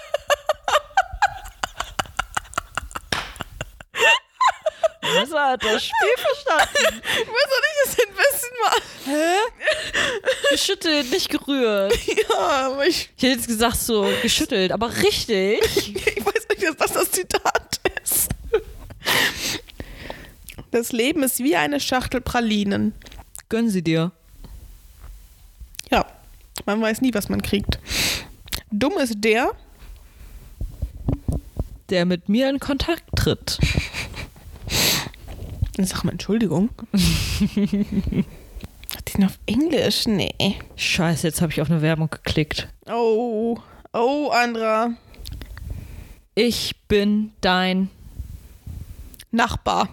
Was hat das Spiel verstanden? Ich weiß auch nicht, das ein bisschen mal. Hä? Geschüttelt, nicht gerührt. Ja, aber ich, Ich hätte jetzt gesagt so geschüttelt, aber richtig. ich weiß nicht, dass das das Zitat ist. Das Leben ist wie eine Schachtel Pralinen. Gönn sie dir. Ja, man weiß nie, was man kriegt. Dumm ist der, Der mit mir in Kontakt tritt. sag mal Entschuldigung. Hat die noch auf Englisch? Nee. Scheiße, jetzt habe ich auf eine Werbung geklickt. Oh, oh, Andra. Ich bin dein Nachbar.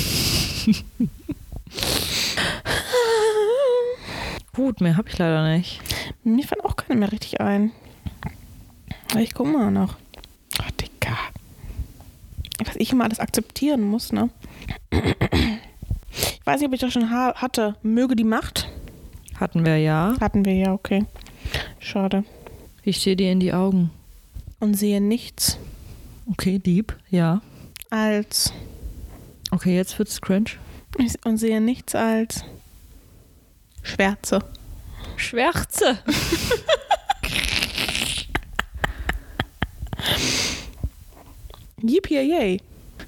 Gut, mehr habe ich leider nicht. Mir fällt auch keine mehr richtig ein. Aber ich guck mal noch. Oh, Digga. Was ich immer alles akzeptieren muss, ne? Ich weiß nicht, ob ich das schon ha- hatte. Möge die Macht? Hatten wir ja. Hatten wir ja, okay. Schade. Ich sehe dir in die Augen. Und sehe nichts Okay, Dieb, ja. als... Okay, jetzt wird's cringe. Und sehe nichts als... Schwärze. Schwärze. Yippie-yay.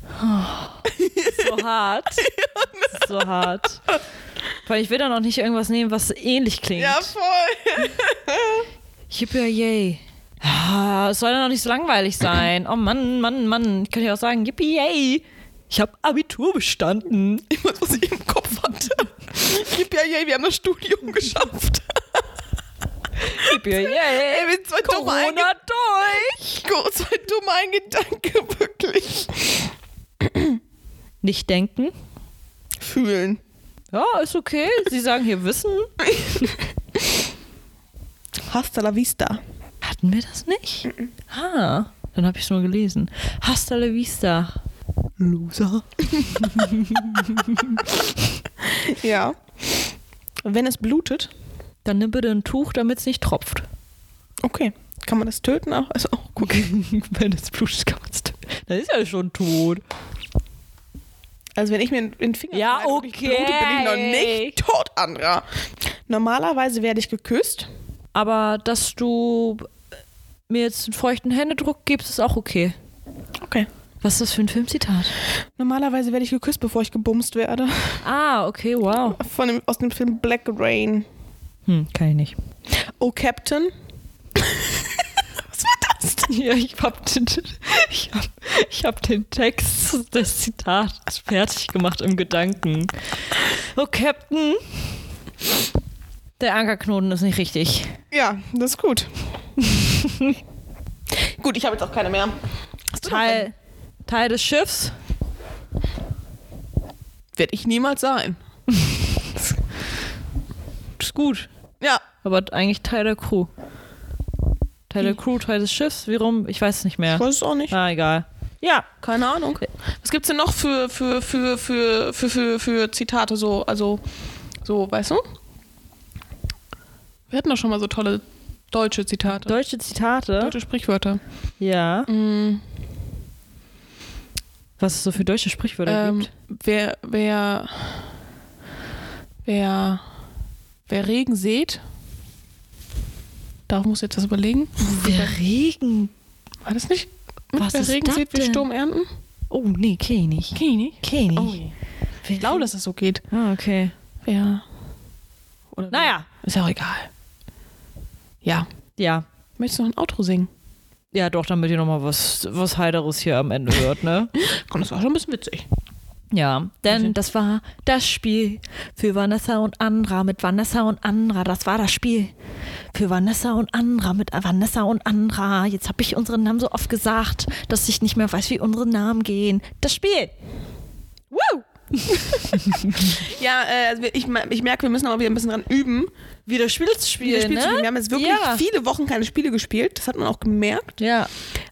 So hart. Das ist so hart. Weil ich will da noch nicht irgendwas nehmen, was ähnlich klingt. Ja, voll. Yippie-yay. Ja, es soll ja noch nicht so langweilig sein. Oh Mann, Mann, Mann. Ich kann ja auch sagen, yippie-yay. Ich habe Abitur bestanden. Ich weiß, was ich im Kopf hatte. Yippie-yay, wir haben das Studium geschafft. Yippie-yay. Ey, mit zwei dumme Corona durch. Einge- zwei dumme Eingedanke, wirklich. Nicht denken. Fühlen. Ja, ist okay. Sie sagen hier Wissen. Hasta la vista. Hatten wir das nicht? Ah, dann habe ich es nur gelesen. Hasta la vista. Loser. Ja. Wenn es blutet, Dann nimm bitte ein Tuch, damit es nicht tropft. okay. Kann man das töten auch? Also auch gut. Wenn es blutet, kann man es töten. Dann ist ja schon tot. Also wenn ich mir in den Finger Ja, schneide und ich okay. blute, bin ich noch nicht tot, Andra. Normalerweise werde ich geküsst. Aber dass du mir jetzt einen feuchten Händedruck gibst, ist auch okay. Okay. Was ist das für ein Filmzitat? Normalerweise werde ich geküsst, bevor ich gebumst werde. Ah, okay, wow. Von dem, aus dem Film Black Rain. Hm, kann ich nicht. Oh, Captain. Was war das denn? Ja, ich hab den, ich hab, ich hab den Text des Zitats fertig gemacht im Gedanken. Oh, Captain. Der Ankerknoten ist nicht richtig. Ja, das ist gut. Gut, ich habe jetzt auch keine mehr. Hast du noch einen? Teil, Teil des Schiffs. Werde ich niemals sein. Ist gut. Ja. Aber eigentlich Teil der Crew. Teil der Crew, Teil des Schiffs. Wie rum? Ich weiß es nicht mehr. Ich weiß es auch nicht. Ah, egal. Ja. Keine Ahnung. Was gibt's denn noch für, für, für, für, für, für, für Zitate so, also, so, weißt du? Wir hatten doch schon mal so tolle deutsche Zitate. Deutsche Zitate. Deutsche Sprichwörter. Ja. Mhm. Was es so für deutsche Sprichwörter Ähm, gibt. wer, wer, wer, wer Regen sät, darauf muss ich jetzt was überlegen. Wer Regen. War das nicht? Mit Was wer ist Regen das sät, wir denn? Sturm ernten? Oh, nee, kenn ich nicht. Kenn ich nicht. Kenn ich Oh, nicht. je. Ich glaube, dass es so geht. Ah, okay. Wer, oder Naja. ist ja auch egal. Ja. Ja. Möchtest du noch ein Outro singen? Ja, doch, damit ihr nochmal was, was Heideres hier am Ende hört, ne? Komm, das war schon ein bisschen witzig. Ja, denn Okay. das war das Spiel für Vanessa und Andra mit Vanessa und Andra. Das war das Spiel für Vanessa und Andra mit Vanessa und Andra. Jetzt habe ich unseren Namen so oft gesagt, dass ich nicht mehr weiß, wie unsere Namen gehen. Das Spiel. Woo! Ja, äh, also ich, ich merke, wir müssen aber wieder ein bisschen dran üben, Wieder Spiele zu wieder spielen, Spiele zu ne? spielen. Wir haben jetzt wirklich Ja. viele Wochen keine Spiele gespielt. Das hat man auch gemerkt. Ja.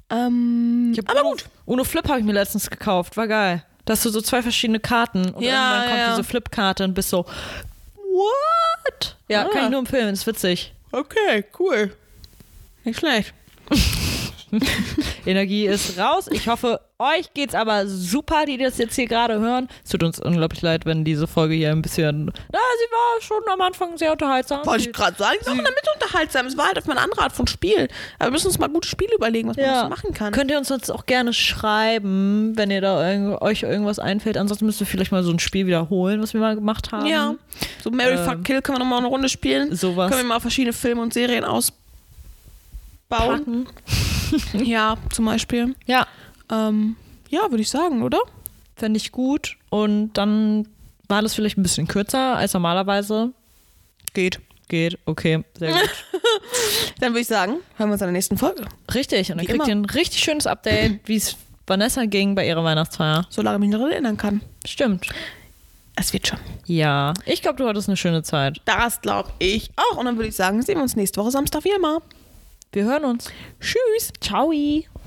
Ähm, Ich hab aber Uno, gut. Uno Flip habe ich mir letztens gekauft. War geil. Da hast du so zwei verschiedene Karten und Ja, irgendwann kommt ja. diese Flip-Karte und bist so, what? Ja, Ah. kann ich nur empfehlen, ist witzig. Okay, cool. Nicht schlecht. Energie ist raus. Ich hoffe, euch geht's aber super, die das jetzt hier gerade hören. Es tut uns unglaublich leid, wenn diese Folge hier ein bisschen, na, sie war schon am Anfang sehr unterhaltsam. Wollte ich gerade sagen, ist auch damit unterhaltsam. Es war halt auf eine andere Art von Spiel. Aber wir müssen uns mal gute Spiele überlegen, was man Ja. so machen kann. Könnt ihr uns sonst auch gerne schreiben, wenn ihr da irg- euch irgendwas einfällt. Ansonsten müsst ihr vielleicht mal so ein Spiel wiederholen, was wir mal gemacht haben. Ja. So Mary Ähm, Fuck Kill können wir nochmal eine Runde spielen. Sowas. Können wir mal verschiedene Filme und Serien ausbauen. Packen. Ja, zum Beispiel. Ja, Ähm, ja, würde ich sagen, oder? fände ich gut. Und dann war das vielleicht ein bisschen kürzer als normalerweise. Geht. Geht, okay, sehr gut. Dann würde ich sagen, hören wir uns in der nächsten Folge. Richtig, und dann Wie kriegt immer. ihr ein richtig schönes Update, wie es Vanessa ging bei ihrer Weihnachtsfeier. Solange ich mich daran erinnern kann. Stimmt. Es wird schon. Ja, ich glaube, du hattest eine schöne Zeit. Das glaube ich auch. Und dann würde ich sagen, sehen wir uns nächste Woche Samstag wie immer. Wir hören uns. Tschüss. Ciao.